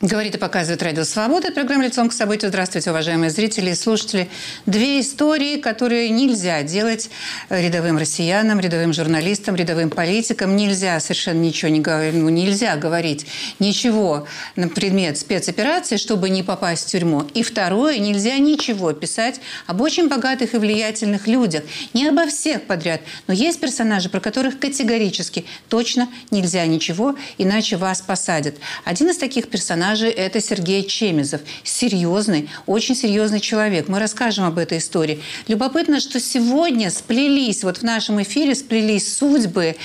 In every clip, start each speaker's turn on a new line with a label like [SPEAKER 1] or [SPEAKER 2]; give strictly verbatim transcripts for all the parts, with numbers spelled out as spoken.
[SPEAKER 1] Говорит и показывает Радио Свобода. Программа «Лицом к событию». Здравствуйте, уважаемые зрители и слушатели. Две истории, которые нельзя делать рядовым россиянам, рядовым журналистам, рядовым политикам. Нельзя совершенно ничего не говорить, ну, нельзя говорить ничего на предмет спецоперации, чтобы не попасть в тюрьму. И второе, нельзя ничего писать об очень богатых и влиятельных людях. Не обо всех подряд, но есть персонажи, про которых категорически точно нельзя ничего, иначе вас посадят. Один из таких персонажей – это Сергей Чемезов. Серьезный, очень серьезный человек. Мы расскажем об этой истории. Любопытно, что сегодня сплелись, вот в нашем эфире сплелись судьбы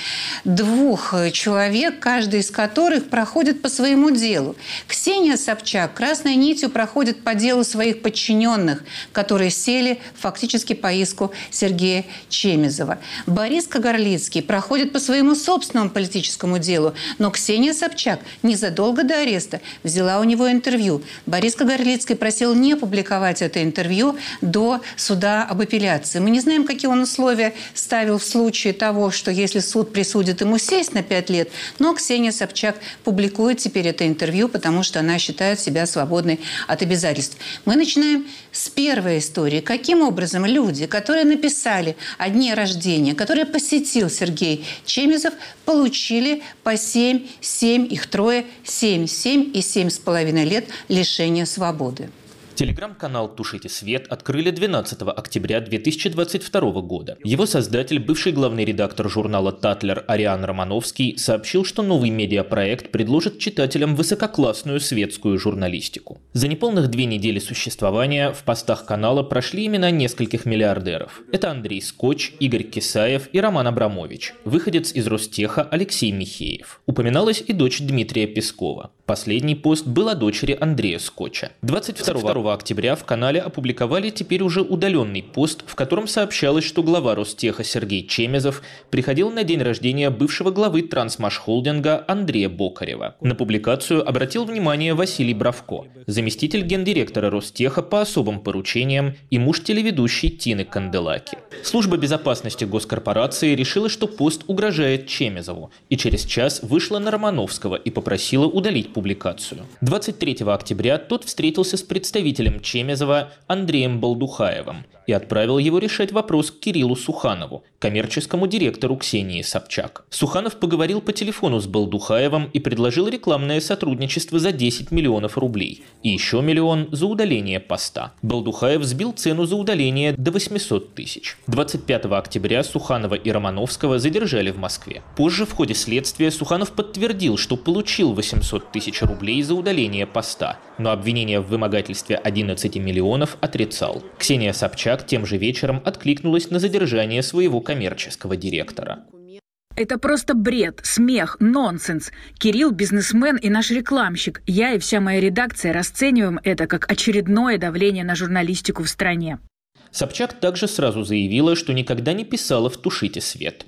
[SPEAKER 1] двух человек, каждый из которых проходит по своему делу. Ксения Собчак красной нитью проходит по делу своих подчиненных, которые сели фактически по иску Сергея Чемезова. Борис Кагарлицкий проходит по своему собственному политическому делу, но Ксения Собчак незадолго до ареста взяла у него интервью. Борис Кагарлицкий просил не публиковать это интервью до суда об апелляции. Мы не знаем, какие он условия ставил в случае того, что если суд присудит ему сесть на пять лет, но Ксения Собчак публикует теперь это интервью, потому что она считает себя свободной от обязательств. Мы начинаем с первой истории. Каким образом люди, которые написали о дне рождения, которые посетил Сергей Чемезов, получили по семь, семь, их трое, семь, семь и семь с половиной лет лишения свободы.
[SPEAKER 2] Телеграм-канал «Тушите свет» открыли двенадцатого октября две тысячи двадцать второго года. Его создатель, бывший главный редактор журнала «Татлер» Ариан Романовский, сообщил, что новый медиапроект предложит читателям высококлассную светскую журналистику. За неполных две недели существования в постах канала прошли имена нескольких миллиардеров. Это Андрей Скотч, Игорь Кисаев и Роман Абрамович, выходец из Ростеха Алексей Михеев. Упоминалась и дочь Дмитрия Пескова. Последний пост был о дочери Андрея Скотча. двадцать второго октября в канале опубликовали теперь уже удаленный пост, в котором сообщалось, что глава Ростеха Сергей Чемезов приходил на день рождения бывшего главы Трансмашхолдинга Андрея Бокарева. На публикацию обратил внимание Василий Бравко, заместитель гендиректора Ростеха по особым поручениям и муж телеведущей Тины Канделаки. Служба безопасности госкорпорации решила, что пост угрожает Чемезову, и через час вышла на Романовского и попросила удалить публикацию. двадцать третьего октября тот встретился с представителем Чемезова Андреем Балдухаевым и отправил его решать вопрос к Кириллу Суханову, коммерческому директору Ксении Собчак. Суханов поговорил по телефону с Балдухаевым и предложил рекламное сотрудничество за десять миллионов рублей и еще миллион за удаление поста. Балдухаев сбил цену за удаление до восемьсот тысяч. двадцать пятого октября Суханова и Романовского задержали в Москве. Позже в ходе следствия Суханов подтвердил, что получил восемьсот тысяч рублей за удаление поста, но обвинение в вымогательстве одиннадцати миллионов отрицал. Ксения Собчак тем же вечером откликнулась на задержание своего коммерческого директора.
[SPEAKER 3] Это просто бред, смех, нонсенс. Кирилл – бизнесмен и наш рекламщик. Я и вся моя редакция расцениваем это как очередное давление на журналистику в стране.
[SPEAKER 2] Собчак также сразу заявила, что никогда не писала в «Тушите свет».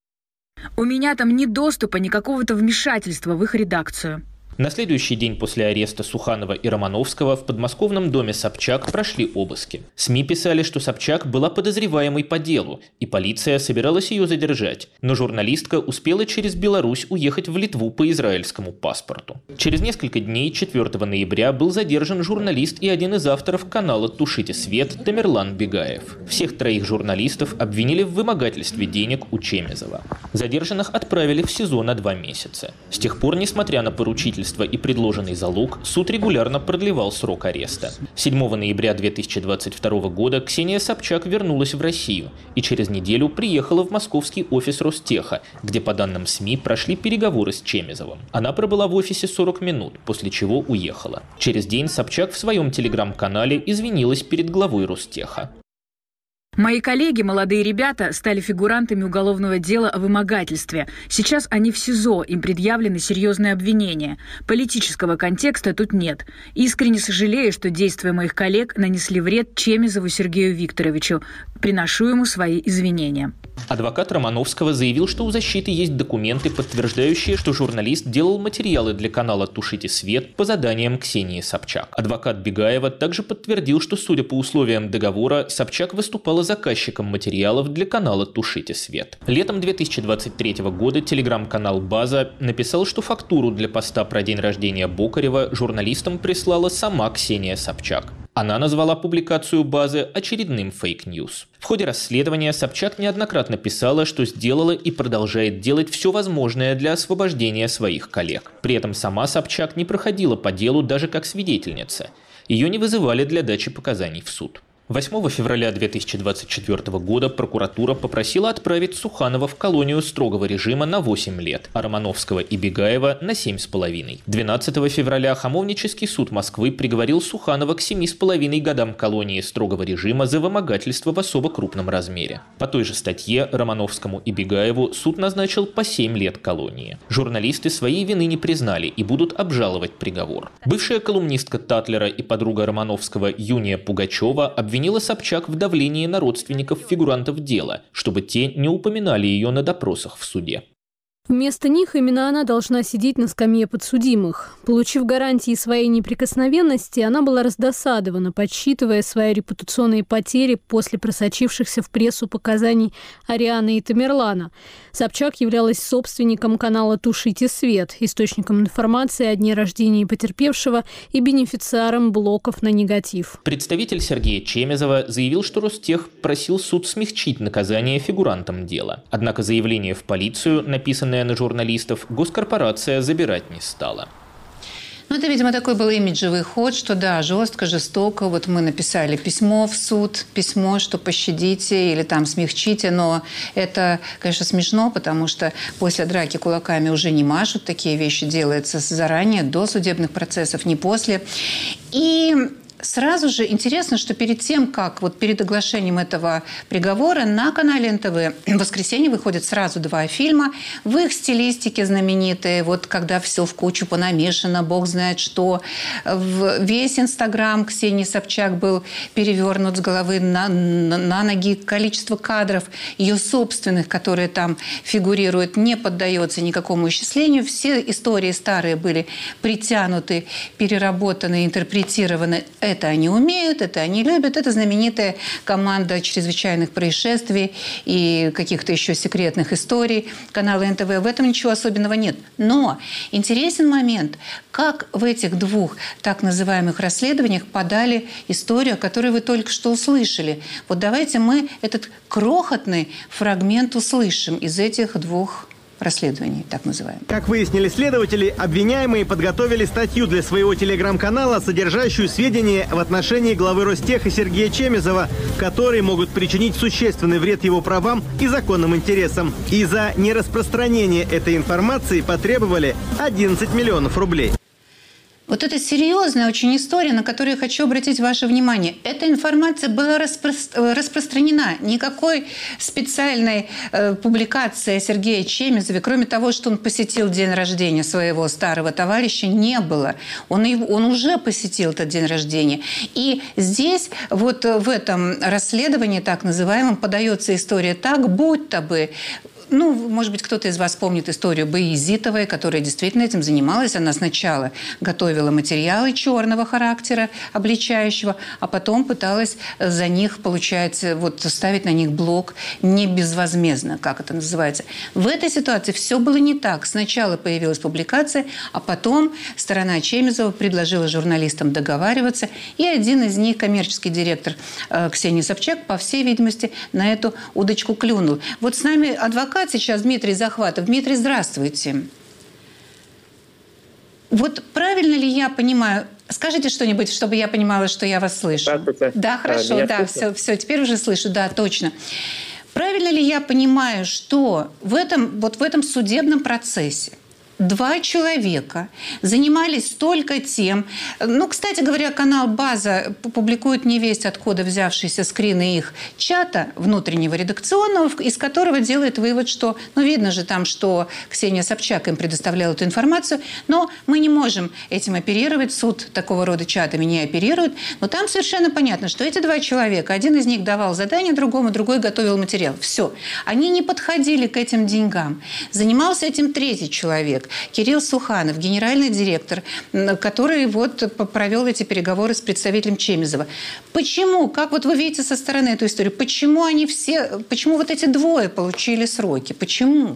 [SPEAKER 3] У меня там ни доступа, ни какого-то вмешательства в их редакцию.
[SPEAKER 2] На следующий день после ареста Суханова и Романовского в подмосковном доме Собчак прошли обыски. СМИ писали, что Собчак была подозреваемой по делу, и полиция собиралась ее задержать. Но журналистка успела через Беларусь уехать в Литву по израильскому паспорту. Через несколько дней, четвертого ноября, был задержан журналист и один из авторов канала «Тушите свет» Тамерлан Бегаев. Всех троих журналистов обвинили в вымогательстве денег у Чемезова. Задержанных отправили в СИЗО на два месяца. С тех пор, несмотря на поручительство и предложенный залог, суд регулярно продлевал срок ареста. седьмого ноября две тысячи двадцать второго года Ксения Собчак вернулась в Россию и через неделю приехала в московский офис Ростеха, где, по данным СМИ, прошли переговоры с Чемезовым. Она пробыла в офисе сорок минут, после чего уехала. Через день Собчак в своем телеграм-канале извинилась перед главой Ростеха.
[SPEAKER 3] Мои коллеги, молодые ребята, стали фигурантами уголовного дела о вымогательстве. Сейчас они в СИЗО, им предъявлены серьезные обвинения. Политического контекста тут нет. Искренне сожалею, что действия моих коллег нанесли вред Чемезову Сергею Викторовичу. Приношу ему свои извинения.
[SPEAKER 2] Адвокат Романовского заявил, что у защиты есть документы, подтверждающие, что журналист делал материалы для канала «Тушите свет» по заданиям Ксении Собчак. Адвокат Бегаева также подтвердил, что, судя по условиям договора, Собчак выступала заказчиком материалов для канала «Тушите свет». Летом две тысячи двадцать третьего года телеграм-канал «База» написал, что фактуру для поста про день рождения Бокарева журналистам прислала сама Ксения Собчак. Она назвала публикацию «Базы» очередным фейк-ньюс. В ходе расследования Собчак неоднократно писала, что сделала и продолжает делать все возможное для освобождения своих коллег. При этом сама Собчак не проходила по делу даже как свидетельница. Ее не вызывали для дачи показаний в суд. восьмого февраля две тысячи двадцать четвёртого года прокуратура попросила отправить Суханова в колонию строгого режима на восемь лет, а Романовского и Бегаева на семь с половиной. двенадцатого февраля Хамовнический суд Москвы приговорил Суханова к семи с половиной годам колонии строгого режима за вымогательство в особо крупном размере. По той же статье Романовскому и Бегаеву суд назначил по семь лет колонии. Журналисты своей вины не признали и будут обжаловать приговор. Бывшая колумнистка Татлера и подруга Романовского Юния Пугачева обвинила обвинила Собчак в давлении на родственников фигурантов дела, чтобы те не упоминали ее на допросах в суде.
[SPEAKER 4] Вместо них именно она должна сидеть на скамье подсудимых. Получив гарантии своей неприкосновенности, она была раздосадована, подсчитывая свои репутационные потери после просочившихся в прессу показаний Арианы и Тамерлана. Собчак являлась собственником канала «Тушите свет», источником информации о дне рождения потерпевшего и бенефициаром блоков на негатив.
[SPEAKER 2] Представитель Сергея Чемезова заявил, что Ростех просил суд смягчить наказание фигурантам дела. Однако заявление в полицию, написанное на журналистов, госкорпорация забирать не стала.
[SPEAKER 1] Ну, это, видимо, такой был имиджевый ход, что да, жестко, жестоко. Вот мы написали письмо в суд, письмо, что пощадите или там смягчите. Но это, конечно, смешно, потому что после драки кулаками уже не машут. Такие вещи делаются заранее, до судебных процессов, не после. И сразу же интересно, что перед тем, как вот перед оглашением этого приговора на канале эн тэ вэ в воскресенье выходят сразу два фильма в их стилистике знаменитые, вот когда все в кучу понамешано, бог знает что. Весь Инстаграм Ксении Собчак был перевернут с головы на, на, на ноги. Количество кадров ее собственных, которые там фигурируют, не поддается никакому исчислению. Все истории старые были притянуты, переработаны, интерпретированы. Это они умеют, это они любят. Это знаменитая команда чрезвычайных происшествий и каких-то еще секретных историй канала эн тэ вэ. В этом ничего особенного нет. Но интересен момент, как в этих двух так называемых расследованиях подали историю, которую вы только что услышали. Вот давайте мы этот крохотный фрагмент услышим из этих двух расследований, так называемых.
[SPEAKER 5] Как выяснили следователи, обвиняемые подготовили статью для своего телеграм-канала, содержащую сведения в отношении главы Ростеха Сергея Чемезова, которые могут причинить существенный вред его правам и законным интересам. И за нераспространение этой информации потребовали одиннадцать миллионов рублей.
[SPEAKER 1] Вот это серьезная очень история, на которую я хочу обратить ваше внимание. Эта информация была распро... распространена. Никакой специальной э, публикации о Сергее Чемезове, кроме того, что он посетил день рождения своего старого товарища, не было. Он, он уже посетил этот день рождения. И здесь, вот в этом расследовании, так называемом, подается история так, будто бы... Ну, может быть, кто-то из вас помнит историю Баязитовой, которая действительно этим занималась. Она сначала готовила материалы черного характера, обличающего, а потом пыталась за них получать, вот, ставить на них блок не безвозмездно, как это называется. В этой ситуации все было не так. Сначала появилась публикация, а потом сторона Чемезова предложила журналистам договариваться, и один из них, коммерческий директор э, Ксения Собчак, по всей видимости, на эту удочку клюнул. Вот с нами адвокат сейчас Дмитрий Захватов. Дмитрий, здравствуйте. Вот правильно ли я понимаю? Скажите что-нибудь, чтобы я понимала, что я вас слышу.
[SPEAKER 6] Здравствуйте.
[SPEAKER 1] Да, хорошо, а, да, все, все, теперь уже слышу, да, точно. Правильно ли я понимаю, что в этом, вот в этом судебном процессе два человека занимались только тем... Ну, кстати говоря, канал «База» публикует невесть откуда взявшиеся скрины их чата внутреннего редакционного, из которого делает вывод, что... Ну, видно же там, что Ксения Собчак им предоставляла эту информацию, но мы не можем этим оперировать, суд такого рода чатами не оперирует. Но там совершенно понятно, что эти два человека, один из них давал задание другому, другой готовил материал. Все. Они не подходили к этим деньгам. Занимался этим третий человек, Кирилл Суханов, генеральный директор, который вот провел эти переговоры с представителем Чемизова. Почему? Как вот вы видите со стороны эту историю? Почему они все, почему вот эти двое получили сроки? Почему?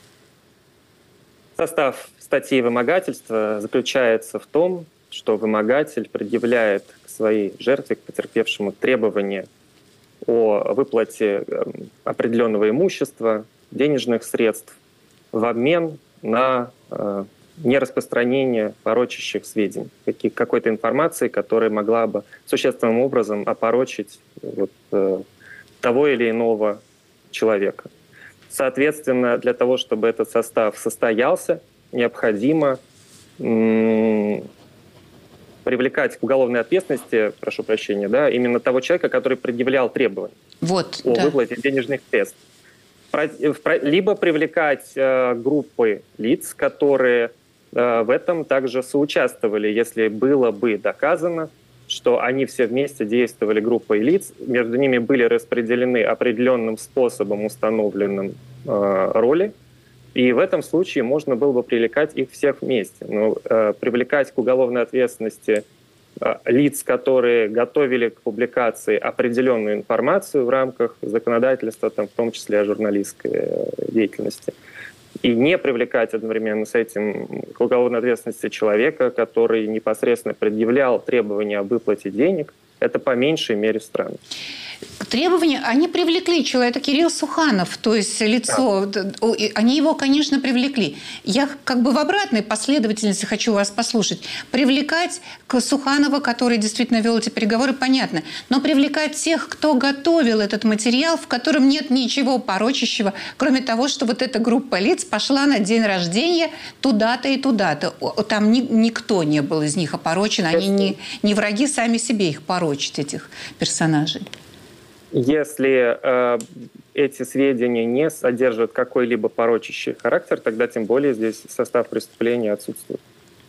[SPEAKER 6] Состав статьи вымогательства заключается в том, что вымогатель предъявляет к своей жертве, к потерпевшему, требования о выплате определенного имущества, денежных средств в обмен на э, нераспространение порочащих сведений, какой-то информации, которая могла бы существенным образом опорочить вот, э, того или иного человека. Соответственно, для того, чтобы этот состав состоялся, необходимо м- привлекать к уголовной ответственности, прошу прощения, да, именно того человека, который предъявлял требования
[SPEAKER 1] вот,
[SPEAKER 6] о
[SPEAKER 1] да.
[SPEAKER 6] выплате денежных средств. Либо привлекать э, группы лиц, которые э, в этом также соучаствовали, если было бы доказано, что они все вместе действовали группой лиц, между ними были распределены определенным способом, установленным э, роли, и в этом случае можно было бы привлекать их всех вместе. Но э, привлекать к уголовной ответственности э, лиц, которые готовили к публикации определенную информацию в рамках законодательства, там, в том числе о журналистской э, деятельности, и не привлекать одновременно с этим к уголовной ответственности человека, который непосредственно предъявлял требования о выплате денег, это по меньшей мере странно.
[SPEAKER 1] Требования, они привлекли человека, это Кирилл Суханов, то есть лицо, да. Они его, конечно, привлекли. Я как бы в обратной последовательности хочу вас послушать. Привлекать к Суханову, который действительно вел эти переговоры, понятно, но привлекать тех, кто готовил этот материал, в котором нет ничего порочащего, кроме того, что вот эта группа лиц пошла на день рождения туда-то и туда-то. Там ни, никто не был из них опорочен, они не, не враги сами себе их порочат, этих персонажей.
[SPEAKER 6] Если э, эти сведения не содержат какой-либо порочащий характер, тогда тем более здесь состав преступления отсутствует.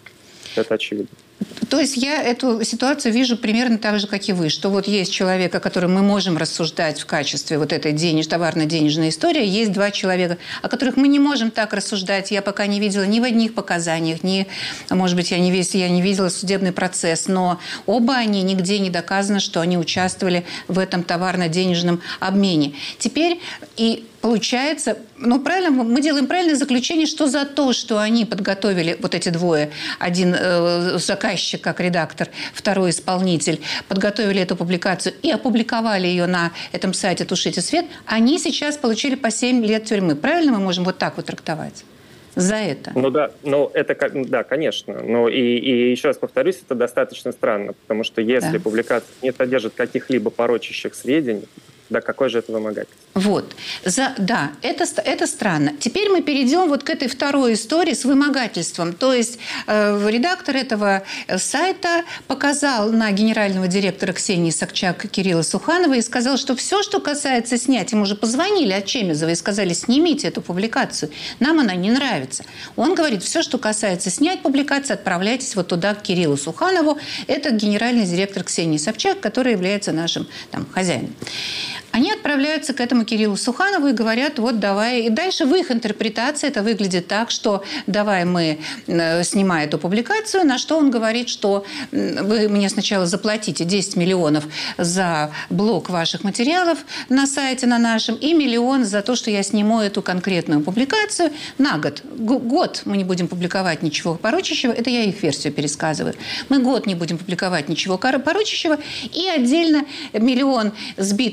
[SPEAKER 6] Это очевидно.
[SPEAKER 1] То есть я эту ситуацию вижу примерно так же, как и вы, что вот есть человек, о котором мы можем рассуждать в качестве вот этой денеж, товарно-денежной истории, есть два человека, о которых мы не можем так рассуждать. Я пока не видела ни в одних показаниях, ни, может быть, я не, весь, я не видела судебный процесс, но оба они, нигде не доказано, что они участвовали в этом товарно-денежном обмене. Теперь и получается, ну, правильно, мы делаем правильное заключение, что за то, что они подготовили, вот эти двое, один э, заказчик как редактор, второй исполнитель, подготовили эту публикацию и опубликовали ее на этом сайте «Тушите свет», они сейчас получили по семь лет тюрьмы. Правильно мы можем вот так вот трактовать? За это.
[SPEAKER 6] Ну да, ну это, да, конечно. Но и, и еще раз повторюсь, это достаточно странно, потому что если да. публикация не содержит каких-либо порочащих сведений, да, какой же это вымогательство?
[SPEAKER 1] Вот. За, да, это, это странно. Теперь мы перейдем вот к этой второй истории с вымогательством. То есть э, редактор этого сайта показал на генерального директора Ксении Собчак Кирилла Суханова и сказал, что все, что касается снять, ему уже позвонили от Чемизова и сказали, снимите эту публикацию, нам она не нравится. Он говорит, все, что касается снять публикацию, отправляйтесь вот туда, к Кириллу Суханову. Это генеральный директор Ксении Собчак, который является нашим там, хозяином. Они отправляются к этому Кириллу Суханову и говорят, вот давай. И дальше в их интерпретации это выглядит так, что давай мы снимаем эту публикацию, на что он говорит, что вы мне сначала заплатите десять миллионов за блок ваших материалов на сайте на нашем и миллион за то, что я сниму эту конкретную публикацию на год. Год мы не будем публиковать ничего порочащего. Это я их версию пересказываю. Мы год не будем публиковать ничего порочащего. И отдельно миллион, сбитый до восьмисот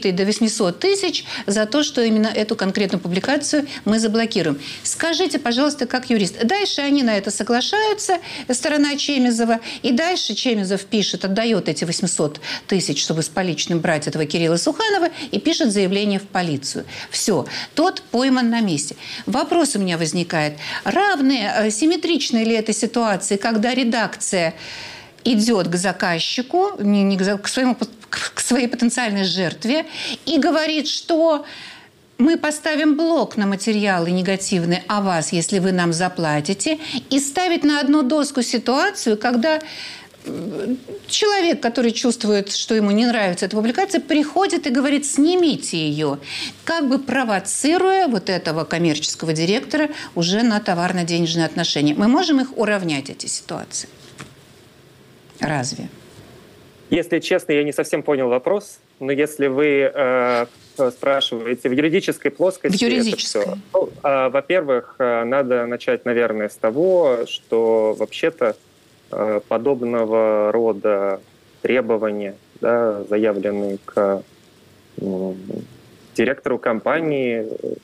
[SPEAKER 1] восемьсот тысяч за то, что именно эту конкретную публикацию мы заблокируем. Скажите, пожалуйста, как юрист. Дальше они на это соглашаются, сторона Чемезова, и дальше Чемезов пишет, отдает эти восемьсот тысяч, чтобы с поличным брать этого Кирилла Суханова, и пишет заявление в полицию. Все. Тот пойман на месте. Вопрос у меня возникает. Равные, симметричные ли это ситуации, когда редакция идет к заказчику, не, не к, своему, к своей потенциальной жертве, и говорит, что мы поставим блок на материалы негативные о вас, если вы нам заплатите, и ставить на одну доску ситуацию, когда человек, который чувствует, что ему не нравится эта публикация, приходит и говорит, снимите ее, как бы провоцируя вот этого коммерческого директора уже на товарно-денежные отношения. Мы можем их уравнять, эти ситуации? Разве?
[SPEAKER 6] Если честно, я не совсем понял вопрос, но если вы э, спрашиваете в юридической плоскости... В юридической. Это, ну, э, во-первых, э, надо начать, наверное, с того, что вообще-то э, подобного рода требования, да, заявленные к э, директору компании,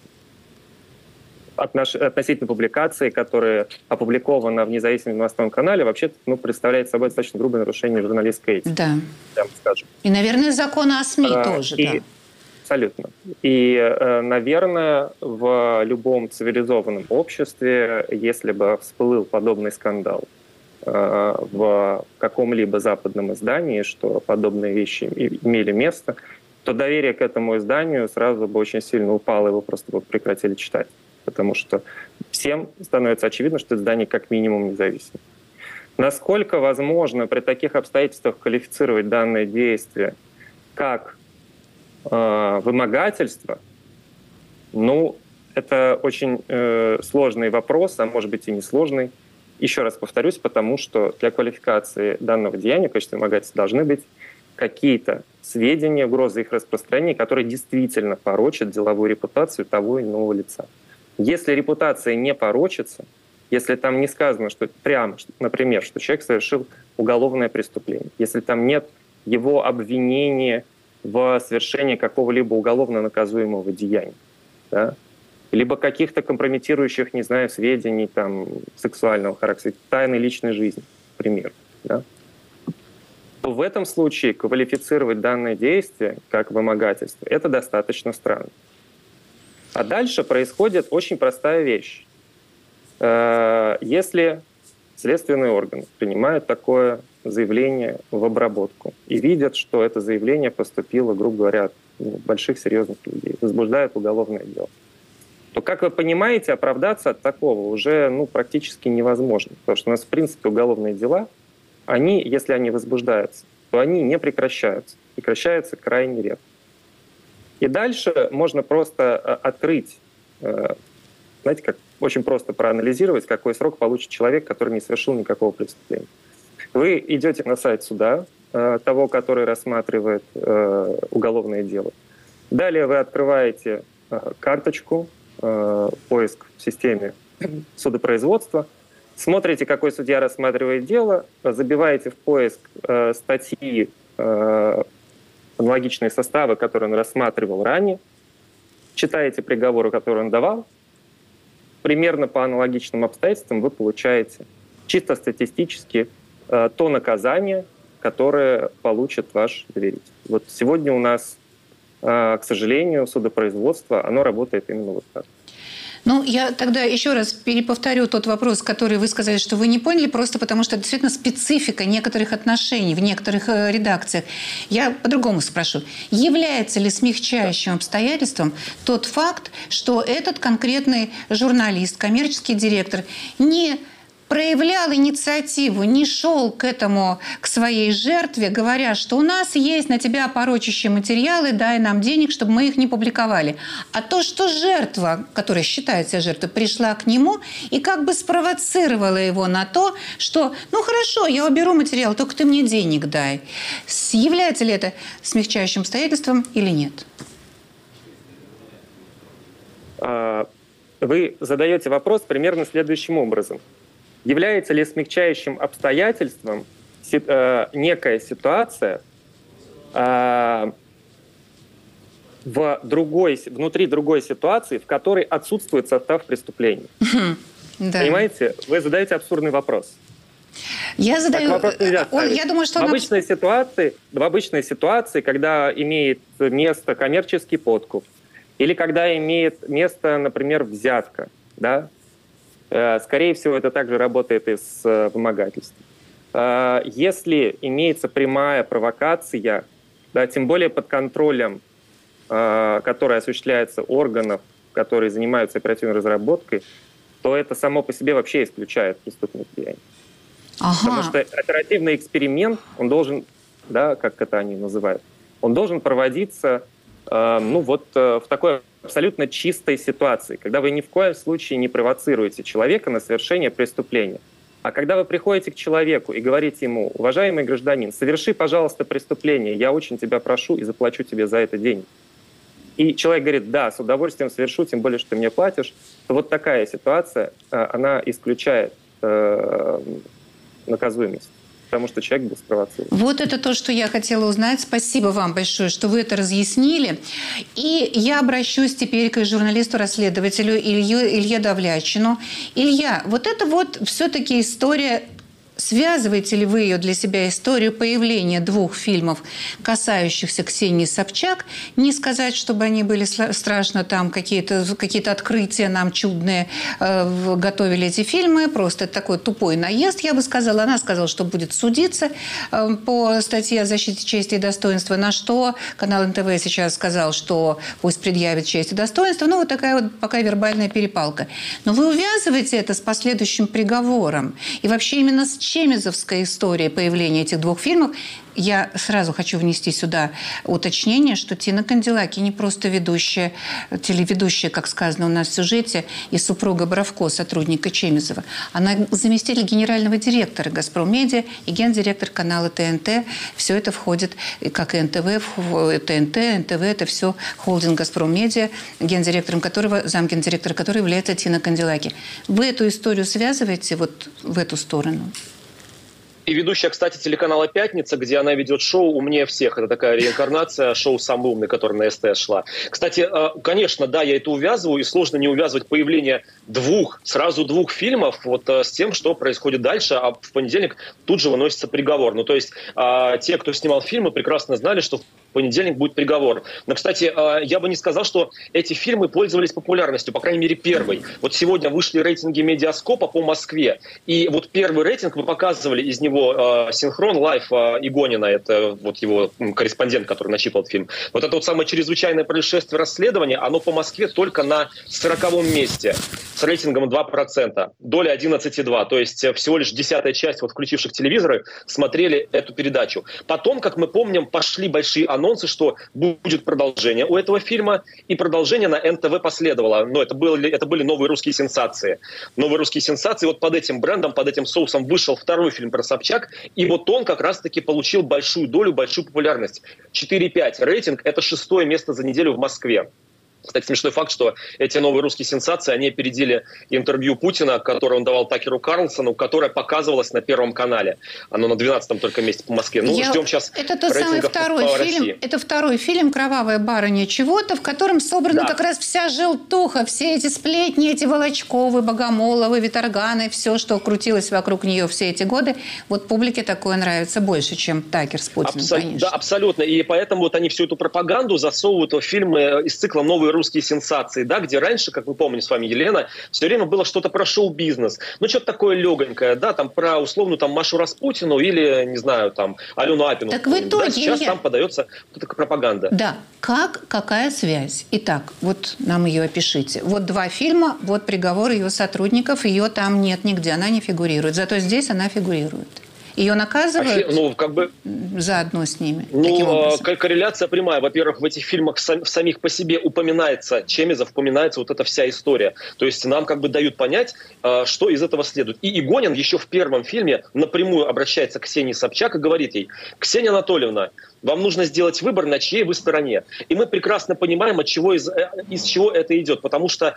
[SPEAKER 6] относительно публикации, которая опубликована в независимом новостном канале, вообще ну, представляет собой достаточно грубое нарушение журналистской этики.
[SPEAKER 1] Да.
[SPEAKER 6] Прямо скажем.
[SPEAKER 1] И, наверное, закона о СМИ а, тоже.
[SPEAKER 6] И,
[SPEAKER 1] да.
[SPEAKER 6] Абсолютно. И, наверное, в любом цивилизованном обществе, если бы всплыл подобный скандал в каком-либо западном издании, что подобные вещи имели место, то доверие к этому изданию сразу бы очень сильно упало, его просто бы прекратили читать. Потому что всем становится очевидно, что издание как минимум независимо. Насколько возможно при таких обстоятельствах квалифицировать данное действие как э, вымогательство? Ну, это очень э, сложный вопрос, а может быть и несложный. Еще раз повторюсь, потому что для квалификации данного деяния в качестве вымогательства должны быть какие-то сведения, угрозы их распространения, которые действительно порочат деловую репутацию того или иного лица. Если репутация не порочится, если там не сказано, что прямо, например, что человек совершил уголовное преступление, если там нет его обвинения в совершении какого-либо уголовно наказуемого деяния, да, либо каких-то компрометирующих, не знаю, сведений там, сексуального характера, тайны личной жизни, к примеру, да, то в этом случае квалифицировать данное действие как вымогательство – это достаточно странно. А дальше происходит очень простая вещь. Если следственные органы принимают такое заявление в обработку и видят, что это заявление поступило, грубо говоря, от больших серьезных людей, возбуждают уголовное дело, то, как вы понимаете, оправдаться от такого уже ну, практически невозможно. Потому что у нас, в принципе, уголовные дела, они, если они возбуждаются, то они не прекращаются. Прекращаются крайне редко. И дальше можно просто открыть, знаете, как очень просто проанализировать, какой срок получит человек, который не совершил никакого преступления. Вы идете на сайт суда, того, который рассматривает уголовное дело. Далее вы открываете карточку, поиск в системе судопроизводства, смотрите, какой судья рассматривает дело, забиваете в поиск статьи, аналогичные составы, которые он рассматривал ранее, читаете приговоры, которые он давал, примерно по аналогичным обстоятельствам вы получаете чисто статистически э, то наказание, которое получит ваш доверитель. Вот сегодня у нас, э, к сожалению, судопроизводство, оно работает именно вот так.
[SPEAKER 1] Ну, я тогда еще раз переповторю тот вопрос, который вы сказали, что вы не поняли, просто потому что это действительно специфика некоторых отношений в некоторых э, редакциях. Я по-другому спрошу. Является ли смягчающим обстоятельством тот факт, что этот конкретный журналист, коммерческий директор не проявлял инициативу, не шел к этому, к своей жертве, говоря, что у нас есть на тебя порочащие материалы, дай нам денег, чтобы мы их не публиковали. А то, что жертва, которая считает себя жертвой, пришла к нему и как бы спровоцировала его на то, что, ну хорошо, я уберу материал, только ты мне денег дай. Является ли это смягчающим обстоятельством или нет?
[SPEAKER 6] Вы задаете вопрос примерно следующим образом. Является ли смягчающим обстоятельством э, некая ситуация, э, в другой, внутри другой ситуации, в которой отсутствует состав преступления.
[SPEAKER 1] Да.
[SPEAKER 6] Понимаете? Вы задаете абсурдный вопрос.
[SPEAKER 1] Я задаю...
[SPEAKER 6] вопрос нельзя
[SPEAKER 1] Он, я думаю, что
[SPEAKER 6] в,
[SPEAKER 1] он...
[SPEAKER 6] обычной ситуации, в обычной ситуации, когда имеет место коммерческий подкуп, или когда имеет место, например, взятка, да, э, скорее всего, это также работает и с э, вымогательством. Э, если имеется прямая провокация, да, тем более под контролем, э, который осуществляется органов, которые занимаются оперативной разработкой, то это само по себе вообще исключает преступное деяние. Ага. Потому что оперативный эксперимент, он должен, да, как это они называют, он должен проводиться э, ну, вот, э, в такой абсолютно чистой ситуации, когда вы ни в коем случае не провоцируете человека на совершение преступления. А когда вы приходите к человеку и говорите ему: уважаемый гражданин, соверши, пожалуйста, преступление, я очень тебя прошу и заплачу тебе за это деньги. И человек говорит: да, с удовольствием совершу, тем более, что ты мне платишь, то вот такая ситуация, она исключает э, наказуемость, потому что человек был спровоцирован.
[SPEAKER 1] Вот это то, что я хотела узнать. Спасибо вам большое, что вы это разъяснили. И я обращусь теперь к журналисту-расследователю Илье, Илье Давлячину. Илья, вот это вот все-таки история... Связываете ли вы ее для себя, историю появления двух фильмов, касающихся Ксении Собчак? Не сказать, чтобы они были страшно, там какие-то какие-то открытия нам чудные э, готовили эти фильмы. Просто это такой тупой наезд, я бы сказала. Она сказала, что будет судиться э, по статье о защите чести и достоинства. На что канал эн тэ вэ сейчас сказал, что пусть предъявит честь и достоинство. Ну, вот такая вот пока вербальная перепалка. Но вы увязываете это с последующим приговором. И вообще именно с чемезовской историей появления этих двух фильмов. Я сразу хочу внести сюда уточнение, что Тина Канделаки не просто ведущая, телеведущая, как сказано у нас в сюжете, и супруга Боровко, сотрудника Чемезова. Она заместитель генерального директора «Газпром Медиа» и гендиректор канала тэ эн тэ. Все это входит, как и эн тэ вэ, тэ эн тэ, эн тэ вэ – это все холдинг «Газпром Медиа», гендиректором которого, замгендиректора которого является Тина Канделаки. Вы эту историю связываете вот в эту сторону?
[SPEAKER 7] И ведущая, кстати, телеканала «Пятница», где она ведет шоу «Умнее всех». Это такая реинкарнация шоу «Самый умный», который на эс тэ эс шла. Кстати, конечно, да, я это увязываю, и сложно не увязывать появление двух, сразу двух фильмов вот с тем, что происходит дальше, а в понедельник тут же выносится приговор. Ну, то есть те, кто снимал фильмы, прекрасно знали, что в понедельник будет приговор. Но, кстати, я бы не сказал, что эти фильмы пользовались популярностью, по крайней мере, первый. Вот сегодня вышли рейтинги Медиаскопа по Москве, и вот первый рейтинг мы показывали, из него синхрон лайв Игонина, это вот его корреспондент, который начипал этот фильм. Вот это вот самое чрезвычайное происшествие расследования, оно по Москве только на сороковом месте с рейтингом два процента, доля одиннадцать целых два. То есть всего лишь десятая часть вот включивших телевизоры смотрели эту передачу. Потом, как мы помним, пошли большие анонсы, что будет продолжение у этого фильма, и продолжение на эн тэ вэ последовало. Но это были, это были новые русские сенсации. Новые русские сенсации. Вот под этим брендом, под этим соусом вышел второй фильм про Собчак. И вот он как раз-таки получил большую долю, большую популярность. четыре пять рейтинг – это шестое место за неделю в Москве. Кстати, смешной факт, что эти новые русские сенсации, они опередили интервью Путина, которое он давал Такеру Карлсону, которое показывалось на Первом канале. Оно на двенадцатом только месте по Москве. Ну, Я... ждем сейчас
[SPEAKER 1] Это тот самый второй по фильм. России. Это второй фильм «Кровавая барыня чего-то», в котором собрана да. как раз вся желтуха, все эти сплетни, эти Волочковы, Богомоловы, Виторганы, все, что крутилось вокруг нее все эти годы. Вот публике такое нравится больше, чем Такер с Путиным, Абсо... конечно.
[SPEAKER 7] Да, абсолютно. И поэтому вот они всю эту пропаганду засовывают в фильмы из цикла «Новые русские сенсации», да, где раньше, как мы помним с вами, Елена, все время было что-то про шоу-бизнес. Ну, что-то такое легонькое, да, там про условную там Машу Распутину или, не знаю, там Алену Апину.
[SPEAKER 1] Так в итоге...
[SPEAKER 7] Да, сейчас я... там подается такая пропаганда.
[SPEAKER 1] Да. Как, какая связь? Итак, вот нам ее опишите. Вот два фильма, вот приговор ее сотрудников, ее там нет нигде, она не фигурирует. Зато здесь она фигурирует. Ее наказывают
[SPEAKER 7] ну, как бы,
[SPEAKER 1] заодно с ними?
[SPEAKER 7] Ну, корреляция прямая. Во-первых, в этих фильмах сам, самих по себе упоминается Чемезов, упоминается вот эта вся история. То есть нам как бы дают понять, что из этого следует. И Игонин еще в первом фильме напрямую обращается к Ксении Собчак и говорит ей: «Ксения Анатольевна, вам нужно сделать выбор, на чьей вы стороне». И мы прекрасно понимаем, от чего из, из чего это идет. Потому что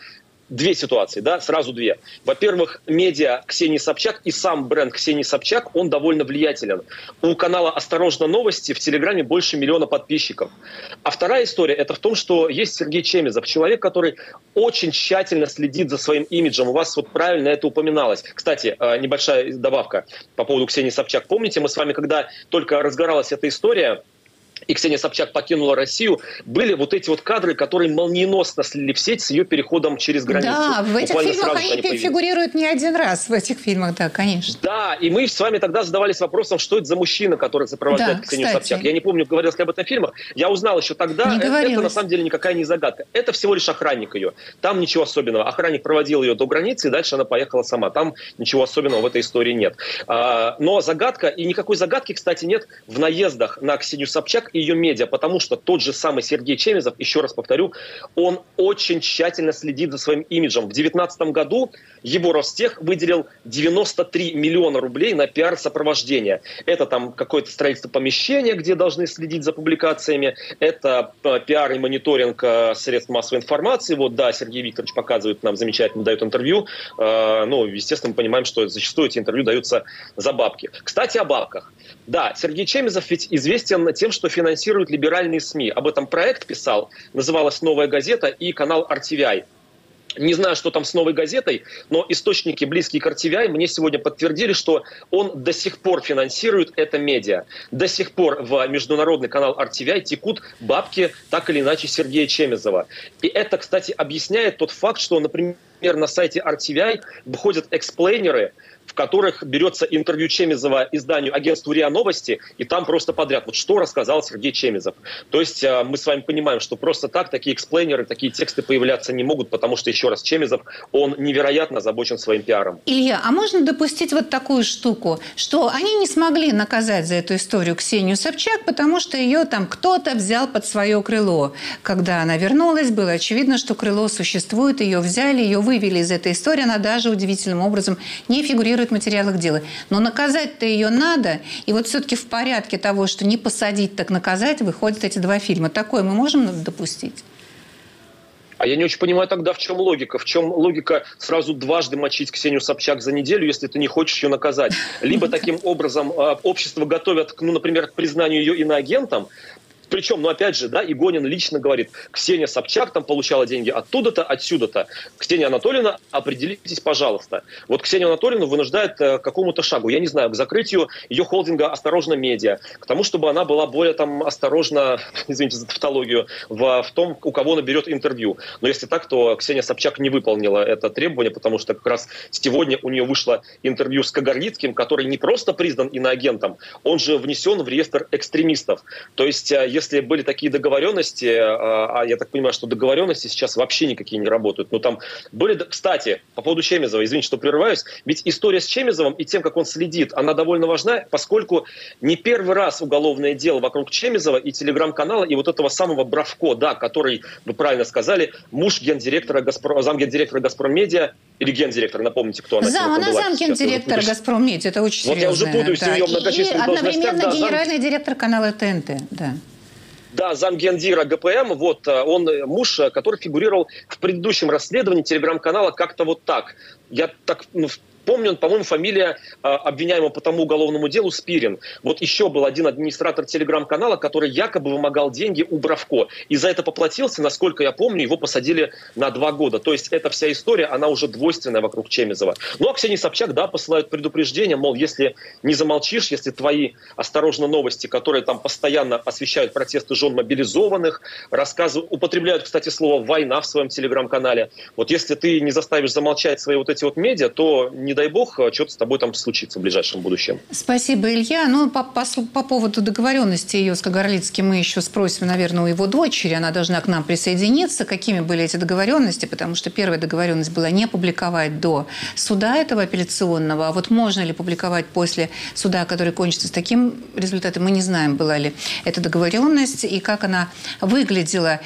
[SPEAKER 7] две ситуации, да, сразу две. Во-первых, медиа Ксении Собчак и сам бренд Ксении Собчак, он довольно влиятелен. У канала «Осторожно, новости» в Телеграме больше миллиона подписчиков. А вторая история, это в том, что есть Сергей Чемезов, человек, который очень тщательно следит за своим имиджем. У вас вот правильно это упоминалось. Кстати, небольшая добавка по поводу Ксении Собчак. Помните, мы с вами, когда только разгоралась эта история, и Ксения Собчак покинула Россию, были вот эти вот кадры, которые молниеносно слили в сеть с ее переходом через границу.
[SPEAKER 1] Да, в этих
[SPEAKER 7] Буквально
[SPEAKER 1] фильмах они, они фигурируют не один раз, в этих фильмах, да, конечно.
[SPEAKER 7] Да, и мы с вами тогда задавались вопросом, что это за мужчина, который сопровождает
[SPEAKER 1] да,
[SPEAKER 7] Ксению
[SPEAKER 1] кстати.
[SPEAKER 7] Собчак. Я не помню, говорилось ли об этом в фильмах. Я узнал еще тогда,
[SPEAKER 1] не
[SPEAKER 7] это,
[SPEAKER 1] говорилось.
[SPEAKER 7] это на самом деле никакая не загадка. Это всего лишь охранник ее. Там ничего особенного. Охранник проводил ее до границы, и дальше она поехала сама. Там ничего особенного в этой истории нет. А, но загадка, и никакой загадки, кстати, нет в наездах на Ксению Собчак и ее медиа, потому что тот же самый Сергей Чемезов, еще раз повторю, он очень тщательно следит за своим имиджем. В две тысячи девятнадцатом году его Ростех выделил девяносто три миллиона рублей на пиар-сопровождение. Это там какое-то строительство помещения, где должны следить за публикациями. Это пиар и мониторинг средств массовой информации. Вот, да, Сергей Викторович показывает нам замечательно, дает интервью. Ну, естественно, мы понимаем, что зачастую эти интервью даются за бабки. Кстати, о бабках. Да, Сергей Чемезов ведь известен тем, что финансирует либеральные СМИ. Об этом проект писал, называлась «Новая газета» и канал ар ти ви ай. Не знаю, что там с «Новой газетой», но источники, близкие к ар ти ви ай, мне сегодня подтвердили, что он до сих пор финансирует это медиа. До сих пор в международный канал ар ти ви ай текут бабки, так или иначе, Сергея Чемезова. И это, кстати, объясняет тот факт, что, например, на сайте ар ти ви ай выходят эксплейнеры, в которых берется интервью Чемезова изданию агентству РИА Новости, и там просто подряд. Вот что рассказал Сергей Чемезов. То есть мы с вами понимаем, что просто так такие эксплейнеры, такие тексты появляться не могут, потому что, еще раз, Чемезов, он невероятно озабочен своим пиаром.
[SPEAKER 1] Илья, а можно допустить вот такую штуку, что они не смогли наказать за эту историю Ксению Собчак, потому что ее там кто-то взял под свое крыло. Когда она вернулась, было очевидно, что крыло существует, ее взяли, ее вывели из этой истории, она даже удивительным образом не фигурирует в материалах дела. Но наказать-то ее надо. И вот все-таки в порядке того, что не посадить, так наказать, выходят эти два фильма. Такое мы можем допустить?
[SPEAKER 7] А я не очень понимаю тогда, в чем логика. В чем логика сразу дважды мочить Ксению Собчак за неделю, если ты не хочешь ее наказать? Либо таким образом общество готовят, ну, например, к признанию ее иноагентом. Причем, ну опять же, да, Игонин лично говорит, Ксения Собчак там получала деньги оттуда-то, отсюда-то. Ксения Анатольевна, определитесь, пожалуйста. Вот Ксению Анатольевну вынуждает э, к какому-то шагу, я не знаю, к закрытию ее холдинга «Осторожно, медиа», к тому, чтобы она была более там осторожна, извините за тавтологию, в, в том, у кого она берет интервью. Но если так, то Ксения Собчак не выполнила это требование, потому что как раз сегодня у нее вышло интервью с Кагарлицким, который не просто признан иноагентом, он же внесен в реестр экстремистов. То есть если были такие договоренности, а я так понимаю, что договоренности сейчас вообще никакие не работают. Но там были, кстати, по поводу Чемезова, извините, что прерываюсь, ведь история с Чемезовым и тем, как он следит, она довольно важна, поскольку не первый раз уголовное дело вокруг Чемезова и телеграм-канала, и вот этого самого Бравко, да, который, вы правильно сказали, муж гендиректора Газпром, замгендиректора «Газпромедиа», или гендиректор, напомните, кто она.
[SPEAKER 1] Зам, она замгендиректора «Газпромедиа», это очень серьезно.
[SPEAKER 7] Вот я уже путаюсь
[SPEAKER 1] да.
[SPEAKER 7] в ее многочисленных
[SPEAKER 1] и
[SPEAKER 7] должностях.
[SPEAKER 1] одновременно
[SPEAKER 7] Да,
[SPEAKER 1] генеральный
[SPEAKER 7] зам...
[SPEAKER 1] директор канала ТНТ, да.
[SPEAKER 7] Да, замгендира ГПМ, вот он муж, который фигурировал в предыдущем расследовании телеграм-канала как-то вот так. Я так... Ну, помню, по-моему, фамилия э, обвиняемого по тому уголовному делу Спирин. Вот еще был один администратор телеграм-канала, который якобы вымогал деньги у Бравко. И за это поплатился, насколько я помню, его посадили на два года. То есть эта вся история, она уже двойственная вокруг Чемезова. Ну а Ксении Собчак, да, посылают предупреждение, мол, если не замолчишь, если твои «Осторожно, новости», которые там постоянно освещают протесты жен мобилизованных, рассказывают, употребляют, кстати, слово «война» в своем телеграм-канале. Вот если ты не заставишь замолчать свои вот эти вот медиа, то не дай бог, что-то с тобой там случится в ближайшем будущем.
[SPEAKER 1] Спасибо, Илья. Ну, по, по, по поводу договоренности ее с Кагарлицким мы еще спросим, наверное, у его дочери. Она должна к нам присоединиться. Какими были эти договоренности? Потому что первая договоренность была не публиковать до суда этого апелляционного. А вот можно ли публиковать после суда, который кончится с таким результатом, мы не знаем, была ли эта договоренность и как она выглядела.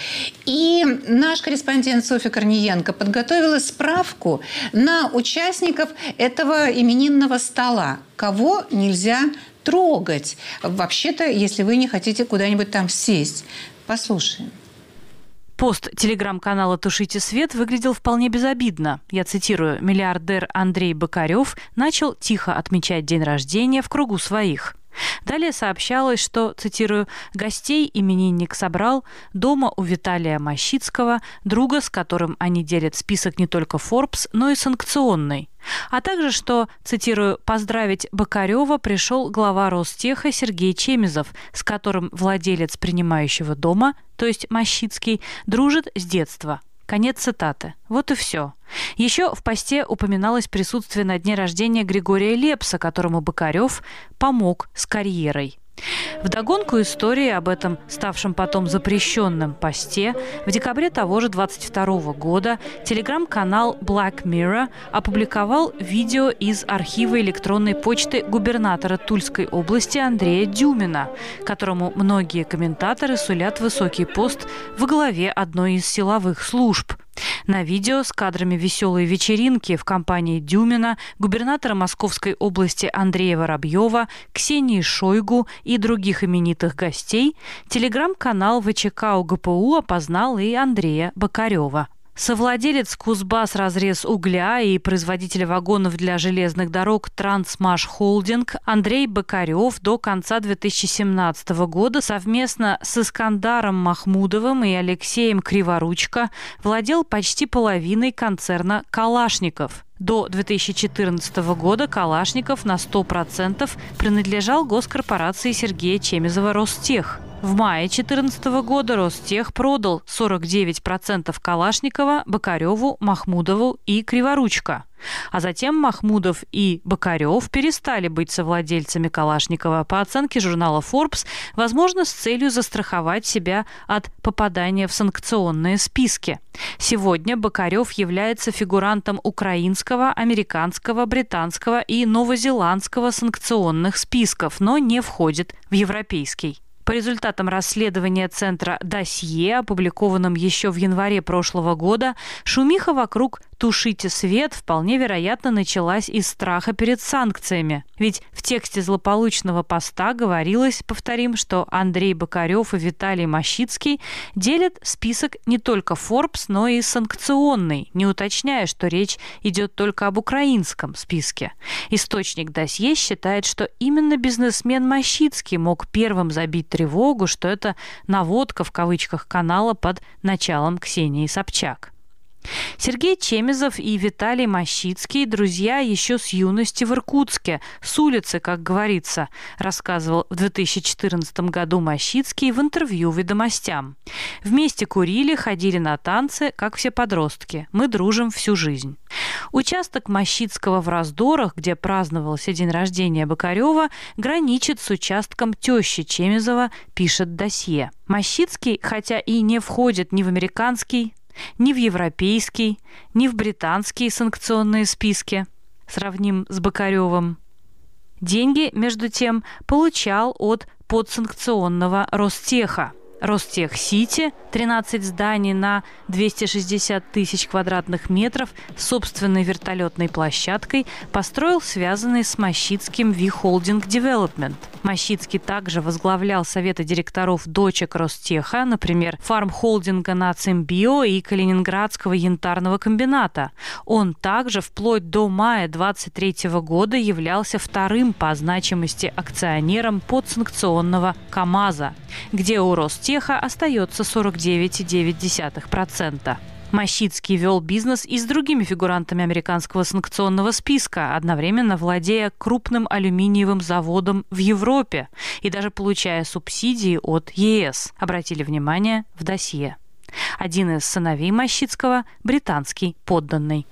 [SPEAKER 1] И наш корреспондент Софья Корниенко подготовила справку на участников этого именинного стола. Кого нельзя трогать? Вообще-то, если вы не хотите куда-нибудь там сесть. Послушаем.
[SPEAKER 3] Пост телеграм-канала «Тушите свет» выглядел вполне безобидно. Я цитирую: «Миллиардер Андрей Бокарев начал тихо отмечать день рождения в кругу своих». Далее сообщалось, что, цитирую, «гостей именинник собрал дома у Виталия Мощицкого, друга, с которым они делят список не только Forbes, но и санкционный». А также, что, цитирую, «поздравить Бокарева пришел глава Ростеха Сергей Чемезов, с которым владелец принимающего дома, то есть Мощицкий, дружит с детства». Конец цитаты. Вот и все. Еще в посте упоминалось присутствие на дне рождения Григория Лепса, которому Бокарев помог с карьерой. Вдогонку истории об этом ставшем потом запрещенном посте в декабре того же двадцать второго года телеграм-канал Black Mirror опубликовал видео из архива электронной почты губернатора Тульской области Андрея Дюмина, которому многие комментаторы сулят высокий пост во главе одной из силовых служб. На видео с кадрами веселой вечеринки в компании Дюмина, губернатора Московской области Андрея Воробьева, Ксении Шойгу и других именитых гостей телеграм-канал ВЧК УГПУ опознал и Андрея Бокарева. Совладелец Кузбасс разрез угля и производитель вагонов для железных дорог Трансмаш Холдинг Андрей Бокарев до конца две тысячи семнадцатого года совместно с Искандаром Махмудовым и Алексеем Криворучко владел почти половиной концерна «Калашников». До две тысячи четырнадцатого года Калашников на сто процентов принадлежал госкорпорации Сергея Чемезова «Ростех». В мае две тысячи четырнадцатого года Ростех продал сорок девять процентов Калашникова Бокареву, Махмудову и Криворучко. А затем Махмудов и Бокарев перестали быть совладельцами Калашникова. По оценке журнала Forbes, возможно, с целью застраховать себя от попадания в санкционные списки. Сегодня Бокарев является фигурантом украинского, американского, британского и новозеландского санкционных списков, но не входит в европейский. По результатам расследования центра «Досье», опубликованном еще в январе прошлого года, шумиха вокруг «Тушите свет» вполне вероятно началась из страха перед санкциями. Ведь в тексте злополучного поста говорилось, повторим, что Андрей Бокарев и Виталий Мощицкий делят список не только Forbes, но и санкционный, не уточняя, что речь идет только об украинском списке. Источник «Досье» считает, что именно бизнесмен Мощицкий мог первым забить тревогу, что это «наводка» в кавычках канала под началом Ксении Собчак. Сергей Чемезов и Виталий Мощицкий – друзья еще с юности в Иркутске, с улицы, как говорится, рассказывал в две тысячи четырнадцатом году Мощицкий в интервью «Ведомостям». Вместе курили, ходили на танцы, как все подростки. Мы дружим всю жизнь. Участок Мощицкого в Раздорах, где праздновался день рождения Бокарева, граничит с участком тещи Чемезова, пишет «Досье». Мощицкий, хотя и не входит ни в американский, ни в европейский, ни в британские санкционные списки, сравним с Бокаревым, деньги, между тем, получал от подсанкционного Ростеха. Ростех-Сити, тринадцать зданий на двести шестьдесят тысяч квадратных метров с собственной вертолетной площадкой, построил связанный с Мощицким Ви-Холдинг Девелопмент. Мощицкий также возглавлял советы директоров дочек Ростеха, например, фармхолдинга Нацимбио и Калининградского янтарного комбината. Он также вплоть до мая двадцать третьего года являлся вторым по значимости акционером подсанкционного КАМАЗа, где у Ростеха остается сорок девять целых девять десятых процента. Мощицкий вел бизнес и с другими фигурантами американского санкционного списка, одновременно владея крупным алюминиевым заводом в Европе и даже получая субсидии от ЕС. Обратили внимание в «Досье». Один из сыновей Мощицкого – британский подданный.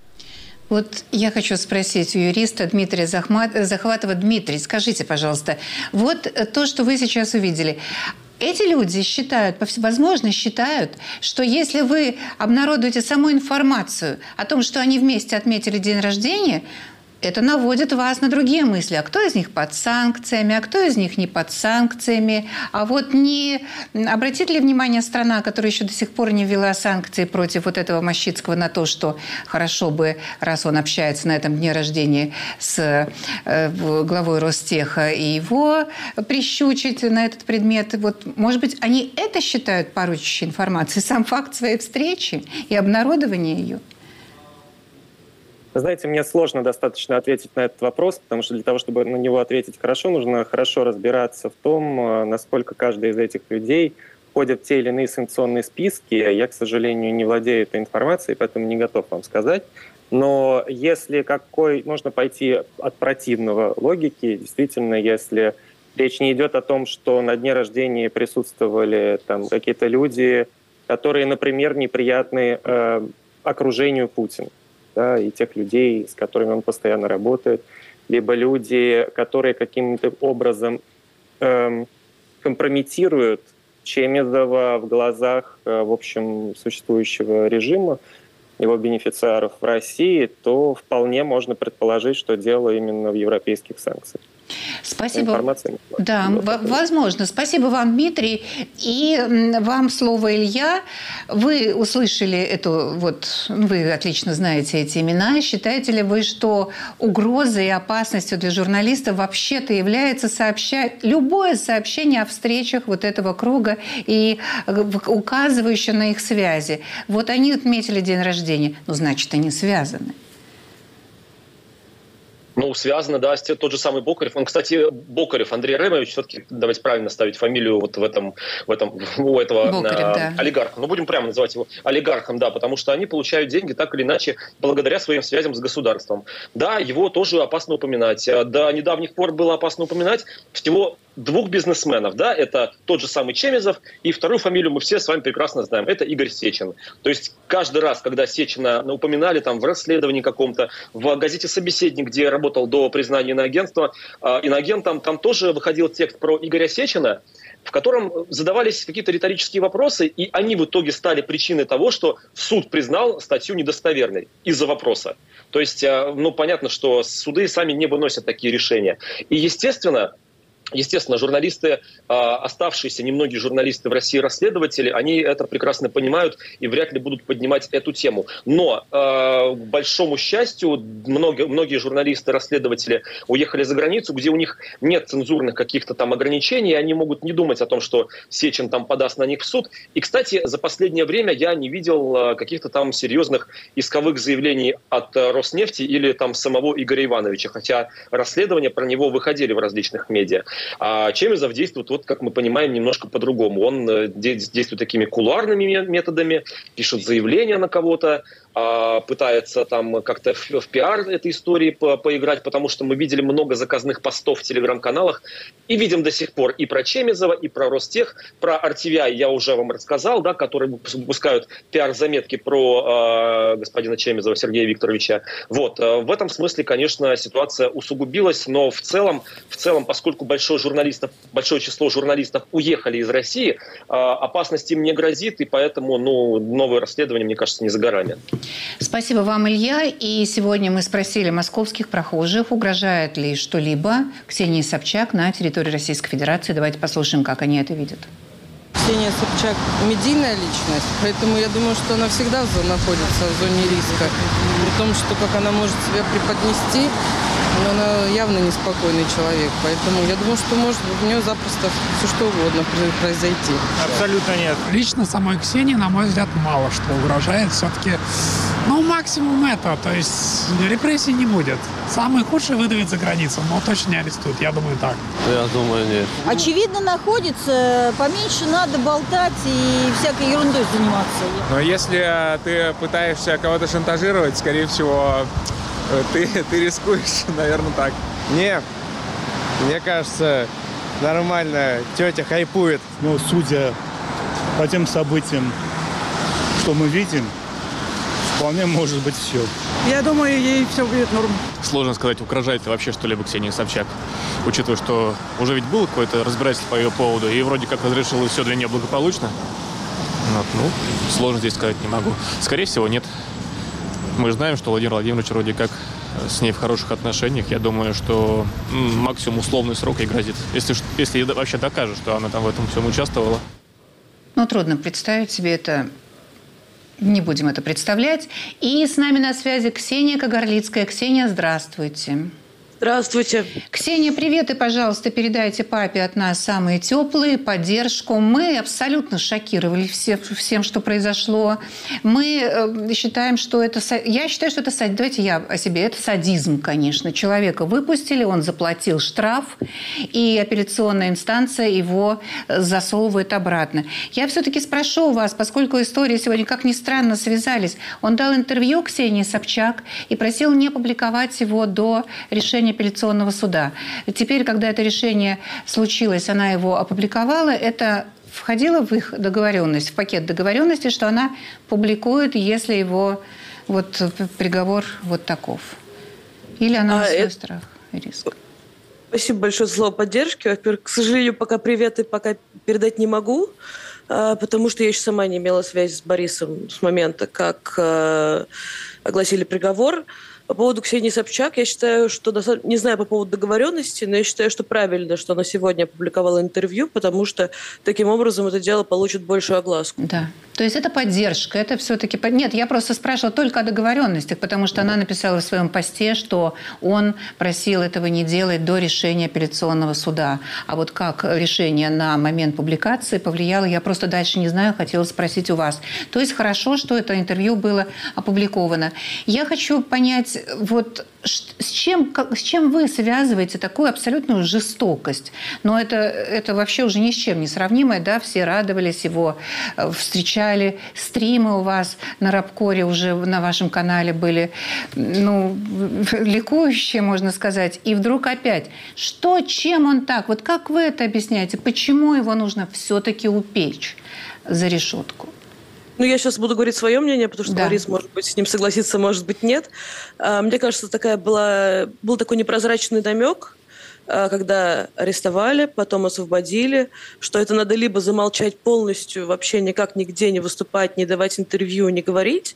[SPEAKER 1] Вот я хочу спросить у юриста Дмитрия Захватова. Дмитрий, скажите, пожалуйста, вот то, что вы сейчас увидели – эти люди считают, возможно, считают, что если вы обнародуете саму информацию о том, что они вместе отметили день рождения, это наводит вас на другие мысли. А кто из них под санкциями, а кто из них не под санкциями? А вот не обратит ли внимание страна, которая еще до сих пор не ввела санкции против вот этого Мощицкого, на то, что хорошо бы, раз он общается на этом дне рождения с э, главой Ростеха, и его прищучить на этот предмет? Вот, может быть, они это считают порочащей информацией, сам факт своей встречи и обнародования ее?
[SPEAKER 6] Знаете, мне сложно достаточно ответить на этот вопрос, потому что для того, чтобы на него ответить хорошо, нужно хорошо разбираться в том, насколько каждый из этих людей входит в те или иные санкционные списки. Я, к сожалению, не владею этой информацией, поэтому не готов вам сказать. Но если какой можно пойти от противного логики, действительно, если речь не идет о том, что на дне рождения присутствовали там какие-то люди, которые, например, неприятны э, окружению Путина, да, и тех людей, с которыми он постоянно работает, либо люди, которые каким-то образом эм, компрометируют Чемезова в глазах, э, в общем, существующего режима, его бенефициаров в России, то вполне можно предположить, что дело именно в европейских санкциях.
[SPEAKER 1] Спасибо. Да, возможно. Спасибо вам, Дмитрий. И вам слово, Илья. Вы услышали эту, вот, вы отлично знаете эти имена. Считаете ли вы, что угрозой и опасностью для журналистов вообще-то является сообщать любое сообщение о встречах вот этого круга и указывающее на их связи? Вот они отметили день рождения, ну, значит, они связаны.
[SPEAKER 7] Ну, связано, да, тот же самый Бокарев. Он, кстати, Бокарев, Андрей Ремович, все-таки давайте правильно ставить фамилию вот в этом, в этом у этого
[SPEAKER 1] Бокарев,
[SPEAKER 7] а,
[SPEAKER 1] да.
[SPEAKER 7] олигарха. Ну, будем прямо называть его олигархом, да, потому что они получают деньги так или иначе благодаря своим связям с государством. Да, его тоже опасно упоминать. До недавних пор было опасно упоминать всего двух бизнесменов, да, это тот же самый Чемезов, и вторую фамилию мы все с вами прекрасно знаем, это Игорь Сечин. То есть каждый раз, когда Сечина упоминали там в расследовании каком-то, в газете «Собеседник», где работал до признания иноагентства, иноагентом, там тоже выходил текст про Игоря Сечина, в котором задавались какие-то риторические вопросы, и они в итоге стали причиной того, что суд признал статью недостоверной из-за вопроса. То есть, ну, понятно, что суды сами не выносят такие решения. И, естественно, Естественно, журналисты, оставшиеся немногие журналисты в России, расследователи, они это прекрасно понимают и вряд ли будут поднимать эту тему. Но, к большому счастью, многие, многие журналисты, расследователи уехали за границу, где у них нет цензурных каких-то там ограничений, и они могут не думать о том, что Сечин там подаст на них в суд. И, кстати, за последнее время я не видел каких-то там серьезных исковых заявлений от Роснефти или там самого Игоря Ивановича, хотя расследования про него выходили в различных медиа. А Чемезов действует, вот как мы понимаем, немножко по-другому. Он действует такими кулуарными методами, пишет заявления на кого-то, пытается там как-то в, в пиар этой истории по поиграть, потому что мы видели много заказных постов в телеграм-каналах и видим до сих пор и про Чемезова, и про Ростех, про ар ти ви ай я уже вам рассказал, да, которые выпускают пиар-заметки про э, господина Чемезова Сергея Викторовича. Вот, э, в этом смысле, конечно, ситуация усугубилась, но в целом, в целом, поскольку большое, журналистов, большое число журналистов уехали из России, э, опасность им не грозит, и поэтому, ну, новое расследование, мне кажется, не за горами.
[SPEAKER 1] Спасибо вам, Илья. И сегодня мы спросили московских прохожих, угрожает ли что-либо Ксении Собчак на территории Российской Федерации. Давайте послушаем, как они это видят.
[SPEAKER 8] Ксения Собчак – медийная личность, поэтому я думаю, что она всегда находится в зоне риска. При том, что как она может себя преподнести, но она явно неспокойный человек. Поэтому я думаю, что может у нее запросто все что угодно произойти.
[SPEAKER 9] Абсолютно нет. Лично самой Ксении, на мой взгляд, мало что угрожает. Все-таки, ну, максимум это. То есть репрессий не будет. Самый худший выдавит за границу, но точно не арестуют. Я думаю, так.
[SPEAKER 10] Я думаю, нет.
[SPEAKER 11] Очевидно, находится. Поменьше надо болтать и всякой ерундой заниматься.
[SPEAKER 12] Но если ты пытаешься кого-то шантажировать, скорее всего, ты, ты рискуешь, наверное, так.
[SPEAKER 10] Не, мне кажется, нормально. Тетя хайпует.
[SPEAKER 13] Но судя по тем событиям, что мы видим, вполне может быть все.
[SPEAKER 14] Я думаю, ей все будет норм.
[SPEAKER 15] Сложно сказать, угрожает ли вообще что-либо Ксении Собчак, учитывая, что уже ведь было какое-то разбирательство по ее поводу, и вроде как разрешилось все для нее благополучно. Вот, ну, сложно здесь сказать не могу. Скорее всего, нет. Мы же знаем, что Владимир Владимирович вроде как с ней в хороших отношениях. Я думаю, что максимум условный срок ей грозит, если, если вообще докажет, что она там в этом всем участвовала.
[SPEAKER 1] Ну, трудно представить себе это. Не будем это представлять. И с нами на связи Ксения Кагарлицкая. Ксения, здравствуйте.
[SPEAKER 16] Здравствуйте.
[SPEAKER 1] Ксения, привет, и, пожалуйста, передайте папе от нас самые теплые, поддержку. Мы абсолютно шокировали все, всем, что произошло. Мы э, считаем, что это... Я считаю, что это... Давайте я о себе. Это садизм, конечно. Человека выпустили, он заплатил штраф, и апелляционная инстанция его засовывает обратно. Я все-таки спрошу у вас, поскольку истории сегодня, как ни странно, связались. Он дал интервью Ксении Собчак и просил не публиковать его до решения апелляционного суда. Теперь, когда это решение случилось, она его опубликовала, это входило в их договоренность, в пакет договоренности, что она публикует, если его вот, приговор вот таков. Или она а на свой это... страх и риск.
[SPEAKER 16] Спасибо большое за слово поддержки. Во-первых, к сожалению, пока привет и пока передать не могу, потому что я еще сама не имела связи с Борисом с момента, как огласили приговор. По поводу Ксении Собчак, я считаю, что, не знаю по поводу договоренности, но я считаю, что правильно, что она сегодня опубликовала интервью, потому что таким образом это дело получит большую огласку.
[SPEAKER 1] Да. То есть это поддержка, это все-таки... Нет, я просто спрашивала только о договоренностях, потому что она написала в своем посте, что он просил этого не делать до решения апелляционного суда. А вот как решение на момент публикации повлияло, я просто дальше не знаю, хотела спросить у вас. То есть хорошо, что это интервью было опубликовано. Я хочу понять, вот с чем, с чем вы связываете такую абсолютную жестокость? Но это, это вообще уже ни с чем не сравнимое, да? Все радовались его, встречали. Стримы у вас на Рабкоре уже на вашем канале были, ну, ликующие, можно сказать. И вдруг опять. Что, чем он так? Вот как вы это объясняете? Почему его нужно все-таки упечь за решетку?
[SPEAKER 16] Ну, я сейчас буду говорить свое мнение, потому что да. Борис, может быть, с ним согласится, может быть, нет. Мне кажется, такая была, был такой непрозрачный намек, когда арестовали, потом освободили, что это надо либо замолчать полностью, вообще никак нигде не выступать, не давать интервью, не говорить,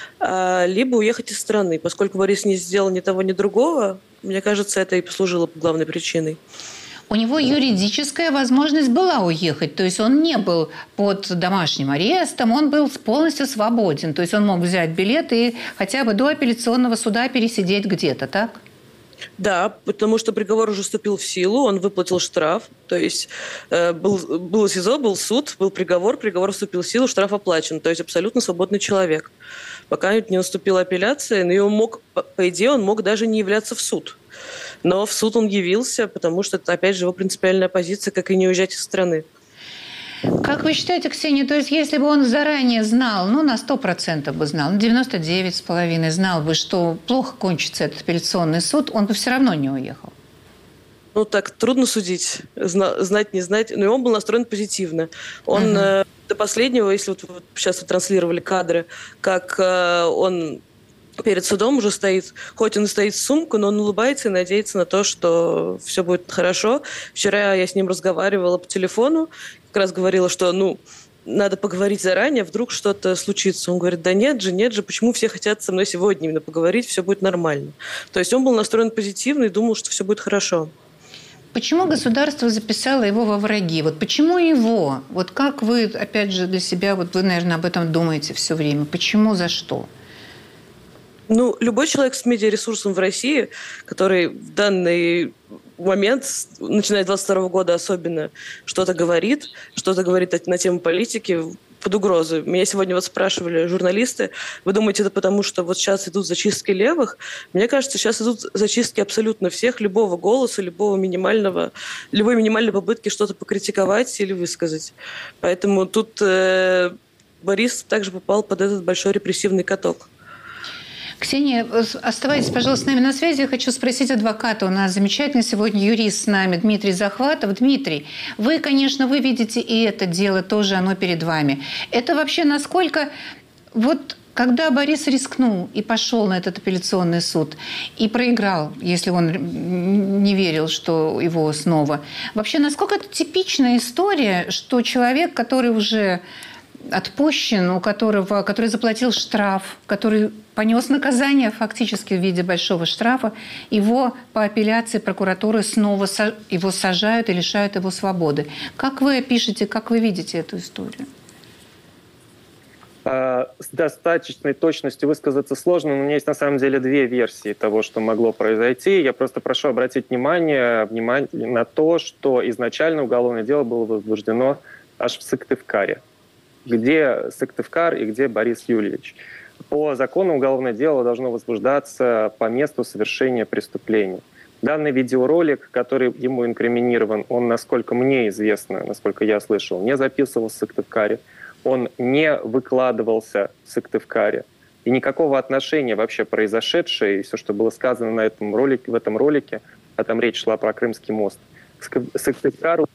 [SPEAKER 16] либо уехать из страны. Поскольку Борис не сделал ни того, ни другого, мне кажется, это и послужило главной причиной.
[SPEAKER 1] У него юридическая возможность была уехать. То есть он не был под домашним арестом, он был полностью свободен. То есть он мог взять билет и хотя бы до апелляционного суда пересидеть где-то, так?
[SPEAKER 16] Да, потому что приговор уже вступил в силу, он выплатил штраф. То есть э, был, был СИЗО, был суд, был приговор, приговор вступил в силу, штраф оплачен. То есть абсолютно свободный человек. Пока не наступила апелляция, но он мог, по идее, он мог даже не являться в суд. Но в суд он явился, потому что это, опять же, его принципиальная позиция, как и не уезжать из страны.
[SPEAKER 1] Как вы считаете, Ксения, то есть если бы он заранее знал, ну, на сто процентов бы знал, на девяносто девять с половиной знал бы, что плохо кончится этот апелляционный суд, он бы все равно не уехал?
[SPEAKER 16] Ну, так трудно судить, знать, не знать. Но он был настроен позитивно. Он угу. э, до последнего, если вот, вот сейчас вы транслировали кадры, как э, он... перед судом уже стоит, хоть он и стоит с сумкой, но он улыбается и надеется на то, что все будет хорошо. Вчера я с ним разговаривала по телефону, как раз говорила, что, ну, надо поговорить заранее, вдруг что-то случится. Он говорит, да нет же, нет же, почему все хотят со мной сегодня именно поговорить, все будет нормально. То есть он был настроен позитивно и думал, что все будет хорошо.
[SPEAKER 1] Почему государство записало его во враги? Вот почему его? Вот как вы, опять же, для себя, вот вы, наверное, об этом думаете все время. Почему, за что?
[SPEAKER 16] Ну, любой человек с медиаресурсом в России, который в данный момент, начиная с двадцать второго года особенно, что-то говорит, что-то говорит на тему политики, под угрозой. Меня сегодня вот спрашивали журналисты, вы думаете, это потому, что вот сейчас идут зачистки левых? Мне кажется, сейчас идут зачистки абсолютно всех, любого голоса, любого минимального, любой минимальной попытки что-то покритиковать или высказать. Поэтому тут э, Борис также попал под этот большой репрессивный каток.
[SPEAKER 1] Ксения, оставайтесь, пожалуйста, с нами на связи. Я хочу спросить адвоката. У нас замечательный сегодня юрист с нами, Дмитрий Захватов. Дмитрий, вы, конечно, вы видите и это дело тоже, оно перед вами. Это вообще насколько... Вот когда Борис рискнул и пошел на этот апелляционный суд и проиграл, если он не верил, что его снова... Вообще, насколько это типичная история, что человек, который уже... отпущен, у которого, который заплатил штраф, который понес наказание фактически в виде большого штрафа, его по апелляции прокуратуры снова его сажают и лишают его свободы. Как вы пишете, как вы видите эту историю?
[SPEAKER 6] С достаточной точностью высказаться сложно, но у меня есть на самом деле две версии того, что могло произойти. Я просто прошу обратить внимание, внимание на то, что изначально уголовное дело было возбуждено аж в Сыктывкаре. Где Сыктывкар и где Борис Юльевич? По закону уголовное дело должно возбуждаться по месту совершения преступления. Данный видеоролик, который ему инкриминирован, он, насколько мне известно, насколько я слышал, не записывался в Сыктывкаре. Он не выкладывался в Сыктывкаре. И никакого отношения вообще произошедшее, и все, что было сказано на этом ролике, в этом ролике, а там речь шла про Крымский мост, к Сыктывкару.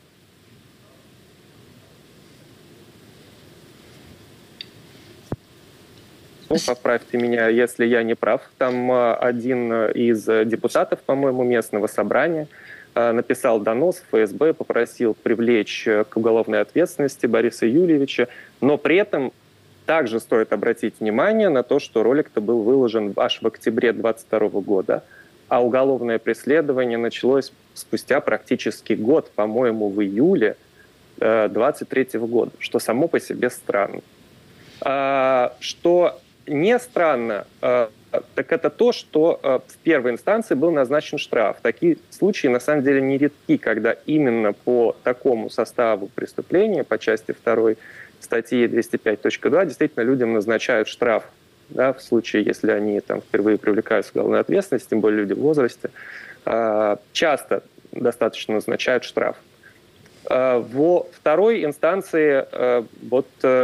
[SPEAKER 6] Поправьте меня, если я не прав. Там один из депутатов, по-моему, местного собрания написал донос в эф эс бэ, попросил привлечь к уголовной ответственности Бориса Юльевича, но при этом также стоит обратить внимание на то, что ролик-то был выложен аж в октябре двадцать второго года, а уголовное преследование началось спустя практически год, по-моему, в июле двадцать третьего года, что само по себе странно. Что не странно, так это то, что в первой инстанции был назначен штраф. Такие случаи на самом деле нередки, когда именно по такому составу преступления, по части второй статьи двести пять точка два, действительно людям назначают штраф. Да, в случае, если они там, впервые привлекаются к уголовной ответственности, тем более люди в возрасте, часто достаточно назначают штраф. Во второй инстанции вот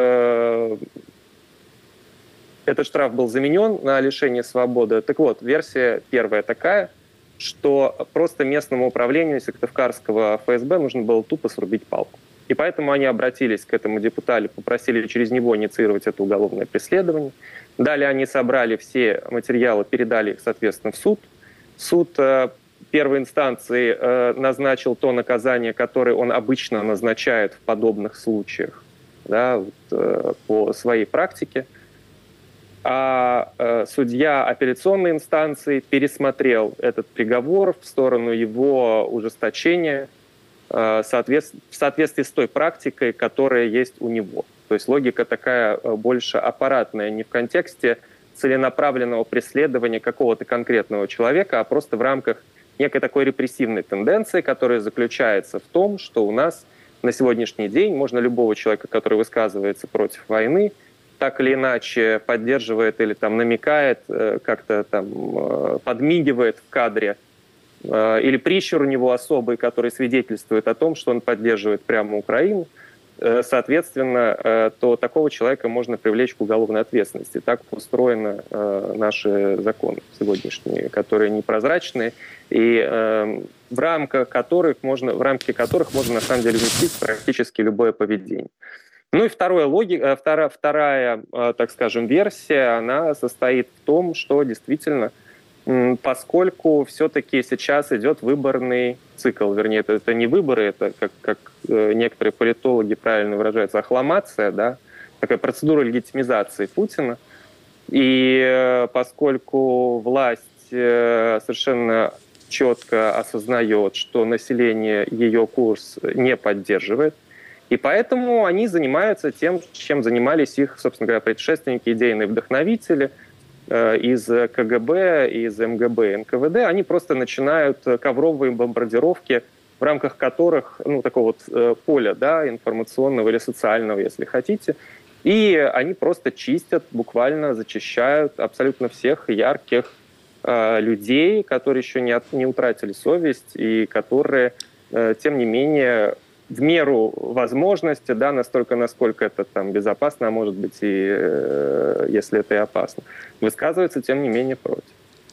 [SPEAKER 6] этот штраф был заменен на лишение свободы. Так вот, версия первая такая, что просто местному управлению Сыктывкарского эф эс бэ нужно было тупо срубить палку. И поэтому они обратились к этому депутату, попросили через него инициировать это уголовное преследование. Далее они собрали все материалы, передали их, соответственно, в суд. Суд э, первой инстанции э, назначил то наказание, которое он обычно назначает в подобных случаях, да, вот, э, по своей практике. А э, судья апелляционной инстанции пересмотрел этот приговор в сторону его ужесточения э, соответств... в соответствии с той практикой, которая есть у него. То есть логика такая э, больше аппаратная, не в контексте целенаправленного преследования какого-то конкретного человека, а просто в рамках некой такой репрессивной тенденции, которая заключается в том, что у нас на сегодняшний день можно любого человека, который высказывается против войны, так или иначе поддерживает или там намекает, как-то там подмигивает в кадре, или прищур у него особый, который свидетельствует о том, что он поддерживает прямо Украину, соответственно, то такого человека можно привлечь к уголовной ответственности. Так устроены наши законы сегодняшние, которые непрозрачные, и в рамках которых можно, в рамки которых можно на самом деле вместить практически любое поведение. Ну и вторая логика, вторая, вторая, так скажем, версия, она состоит в том, что действительно, поскольку все-таки сейчас идет выборный цикл, вернее, это, это не выборы, это, как, как некоторые политологи правильно выражаются, ахламация, да, такая процедура легитимизации Путина. И поскольку власть совершенно четко осознает, что население ее курс не поддерживает, и поэтому они занимаются тем, чем занимались их, собственно говоря, предшественники, идейные вдохновители э, из ка гэ бэ, из эм гэ бэ, эн ка вэ дэ. Они просто начинают ковровые бомбардировки, в рамках которых, ну, такого вот э, поля, да, информационного или социального, если хотите. И они просто чистят, буквально зачищают абсолютно всех ярких э, людей, которые еще не, от, не утратили совесть и которые, э, тем не менее, в меру возможности, да, настолько, насколько это там безопасно, а может быть и э, если это и опасно, высказывается, тем не менее, против.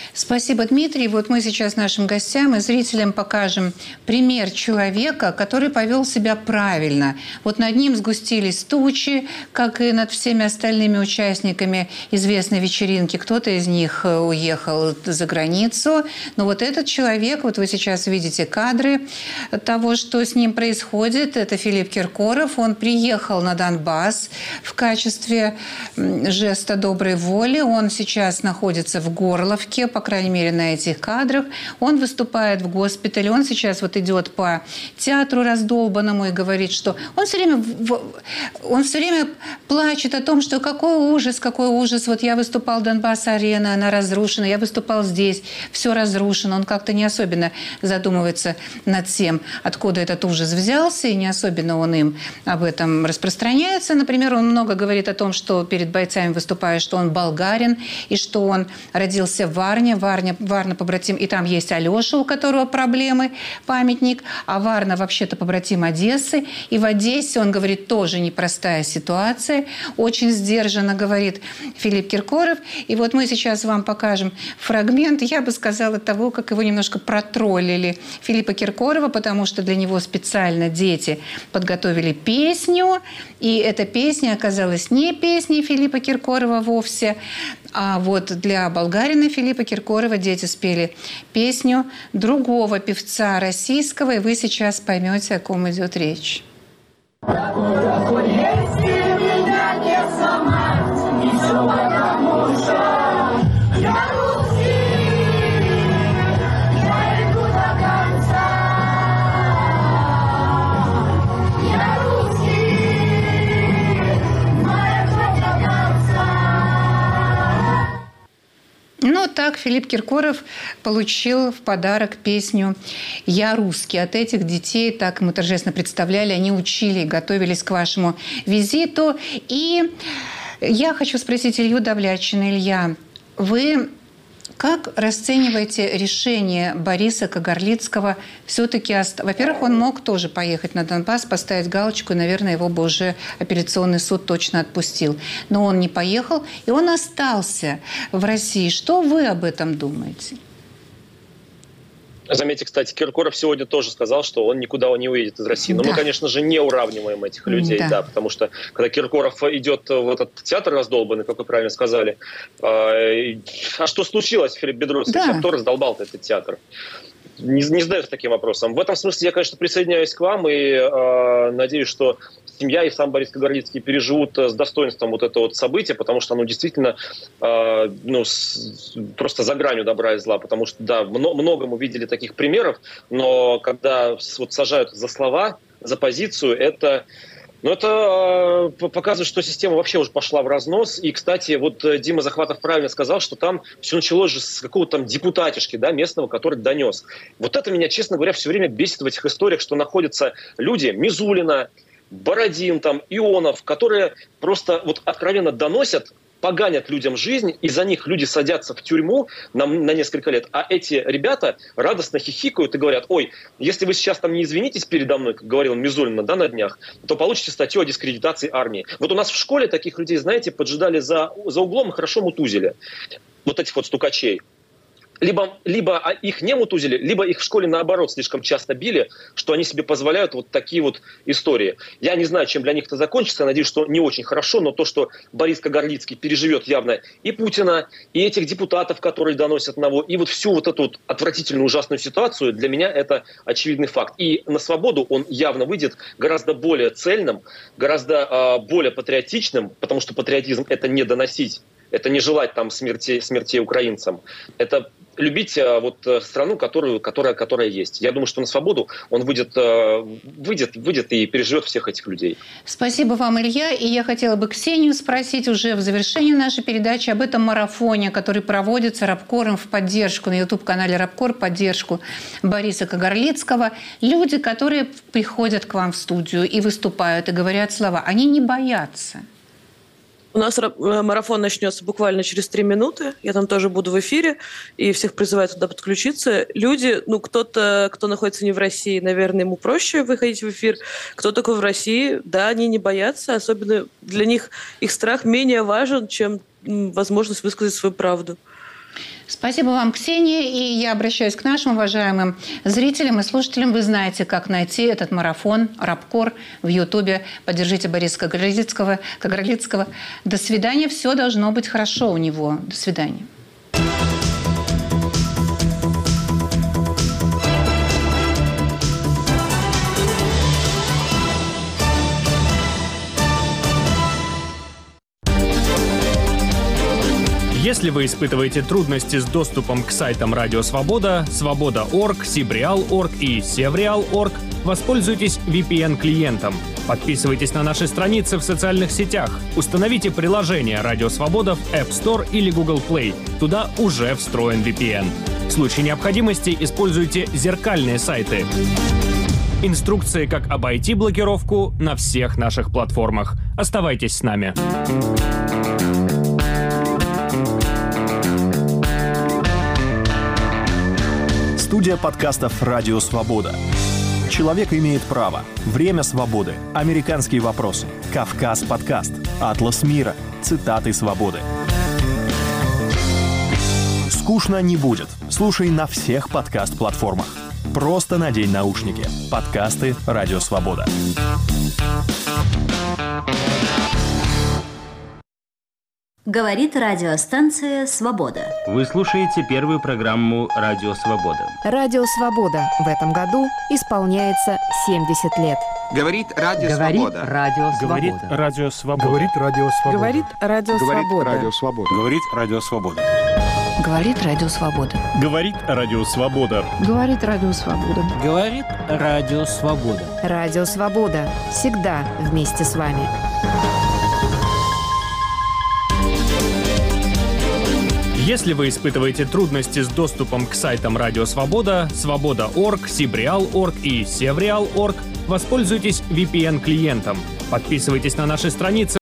[SPEAKER 1] Спасибо, Дмитрий. Вот мы сейчас нашим гостям и зрителям покажем пример человека, который повел себя правильно. Вот над ним сгустились тучи, как и над всеми остальными участниками известной вечеринки. Кто-то из них уехал за границу. Но вот этот человек, вот вы сейчас видите кадры того, что с ним происходит. Это Филипп Киркоров. Он приехал на Донбасс в качестве жеста доброй воли. Он сейчас находится в Горловке, по крайней мере, на этих кадрах. Он выступает в госпитале. Он сейчас вот идет по театру раздолбанному и говорит, что он все время, он все время плачет о том, что какой ужас, какой ужас. Вот я выступал в Донбасс-арена, она разрушена. Я выступал здесь, все разрушено. Он как-то не особенно задумывается над тем, откуда этот ужас взялся, и не особенно он им об этом распространяется. Например, он много говорит о том, что перед бойцами выступает, что он болгарин, и что он родился в Варне. Варня, Варна побратим, и там есть Алеша, у которого проблемы, памятник, а Варна вообще-то побратим Одессы. И в Одессе, он говорит, тоже непростая ситуация. Очень сдержанно говорит Филипп Киркоров. И вот мы сейчас вам покажем фрагмент, я бы сказала, того, как его немножко протроллили Филиппа Киркорова, потому что для него специально дети подготовили песню, и эта песня оказалась не песней Филиппа Киркорова вовсе, а вот для болгарина Филиппа Киркорова дети спели песню другого певца российского, и вы сейчас поймете, о ком идет речь. Ну, так Филипп Киркоров получил в подарок песню «Я русский». От этих детей, так мы торжественно представляли, они учили и готовились к вашему визиту. И я хочу спросить Илью Давлячина. Илья, вы как расцениваете решение Бориса Кагарлицкого все-таки... Ост... Во-первых, он мог тоже поехать на Донбасс, поставить галочку, и, наверное, его бы уже апелляционный суд точно отпустил. Но он не поехал, и он остался в России. Что вы об этом думаете?
[SPEAKER 7] Заметьте, кстати, Киркоров сегодня тоже сказал, что он никуда не уедет из России. Но да. мы, конечно же, не уравниваем этих людей, да. да, потому что когда Киркоров идет в этот театр раздолбанный, как вы правильно сказали, а что случилось, Филипп Бедросович? Да. А кто раздолбал-то этот театр? Не, не задается таким вопросом. В этом смысле я, конечно, присоединяюсь к вам и э, надеюсь, что семья и сам Борис Кагарлицкий переживут с достоинством вот это вот событие, потому что оно действительно э, ну, с, просто за гранью добра и зла, потому что, да, много, много мы видели таких примеров, но когда вот сажают за слова, за позицию, это... Но это э, показывает, что система вообще уже пошла в разнос. И, кстати, вот Дима Захватов правильно сказал, что там все началось же с какого-то там депутатишки, да, местного, который донес. Вот это меня, честно говоря, все время бесит в этих историях, что находятся люди Мизулина, Бородин, там, Ионов, которые просто вот откровенно доносят, поганят людям жизнь, и за них люди садятся в тюрьму на, на несколько лет, а эти ребята радостно хихикают и говорят: ой, если вы сейчас там не извинитесь передо мной, как говорил Мизулина, да, на днях, то получите статью о дискредитации армии. Вот у нас в школе таких людей, знаете, поджидали за, за углом и хорошо мутузили. Вот этих вот стукачей. Либо, либо их не мутузили, либо их в школе, наоборот, слишком часто били, что они себе позволяют вот такие вот истории. Я не знаю, чем для них это закончится, надеюсь, что не очень хорошо, но то, что Борис Кагарлицкий переживет явно и Путина, и этих депутатов, которые доносят на его, и вот всю вот эту вот отвратительную, ужасную ситуацию, для меня это очевидный факт. И на свободу он явно выйдет гораздо более цельным, гораздо э, более патриотичным, потому что патриотизм — это не доносить, это не желать там смерти, смертей украинцам, это любить а, вот страну, которую, которая, которая есть. Я думаю, что на свободу он выйдет, а, выйдет, выйдет и переживет всех этих людей.
[SPEAKER 1] Спасибо вам, Илья. И я хотела бы Ксению спросить уже в завершении нашей передачи об этом марафоне, который проводится Рабкором в поддержку, на ютуб-канале Рабкор, поддержку Бориса Кагарлицкого. Люди, которые приходят к вам в студию и выступают, и говорят слова, они не боятся.
[SPEAKER 16] У нас марафон начнется буквально через три минуты. Я там тоже буду в эфире, и всех призываю туда подключиться. Люди, ну, кто-то, кто находится не в России, наверное, ему проще выходить в эфир. Кто такой в России, да, они не боятся. Особенно для них их страх менее важен, чем возможность высказать свою правду.
[SPEAKER 1] Спасибо вам, Ксения. И я обращаюсь к нашим уважаемым зрителям и слушателям. Вы знаете, как найти этот марафон «Рабкор» в Ютубе. Поддержите Бориса Кагарлицкого. Кагарлицкого. До свидания. Все должно быть хорошо у него. До свидания.
[SPEAKER 17] Если вы испытываете трудности с доступом к сайтам Радио Свобода, Свобода точка орг, Сибриал точка орг и Севриал точка орг, воспользуйтесь ви пи эн-клиентом. Подписывайтесь на наши страницы в социальных сетях. Установите приложение Радио Свобода в App Store или Google Play. Туда уже встроен ви пи эн. В случае необходимости используйте зеркальные сайты. Инструкции, как обойти блокировку, на всех наших платформах. Оставайтесь с нами.
[SPEAKER 18] Студия подкастов «Радио Свобода». «Человек имеет право», «Время свободы», «Американские вопросы», «Кавказ подкаст», «Атлас мира», «Цитаты свободы». Скучно не будет. Слушай на всех подкаст-платформах. Просто надень наушники. Подкасты «Радио Свобода».
[SPEAKER 19] Говорит радиостанция «Свобода».
[SPEAKER 20] Вы слушаете первую программу «Радио Свобода».
[SPEAKER 21] Радио Свобода в этом году исполняется семьдесят лет.
[SPEAKER 22] Говорит Радио
[SPEAKER 21] Говорит
[SPEAKER 22] Свобода.
[SPEAKER 21] Радио
[SPEAKER 22] Говорит
[SPEAKER 21] Свобода.
[SPEAKER 22] Радио Свобода.
[SPEAKER 21] Говорит
[SPEAKER 22] Радио Свобода.
[SPEAKER 21] Говорит Радио Свобода.
[SPEAKER 22] Говорит Радио Свобода.
[SPEAKER 21] Говорит Радио Свобода.
[SPEAKER 22] Говорит Радио Свобода.
[SPEAKER 21] Говорит Радио Свобода.
[SPEAKER 22] Говорит Радио Свобода.
[SPEAKER 21] Радио Свобода. Всегда вместе с вами.
[SPEAKER 17] Если вы испытываете трудности с доступом к сайтам Радио Свобода, Свобода точка орг, Сибриал точка орг и Севриал точка орг, воспользуйтесь ви пи эн-клиентом. Подписывайтесь на наши страницы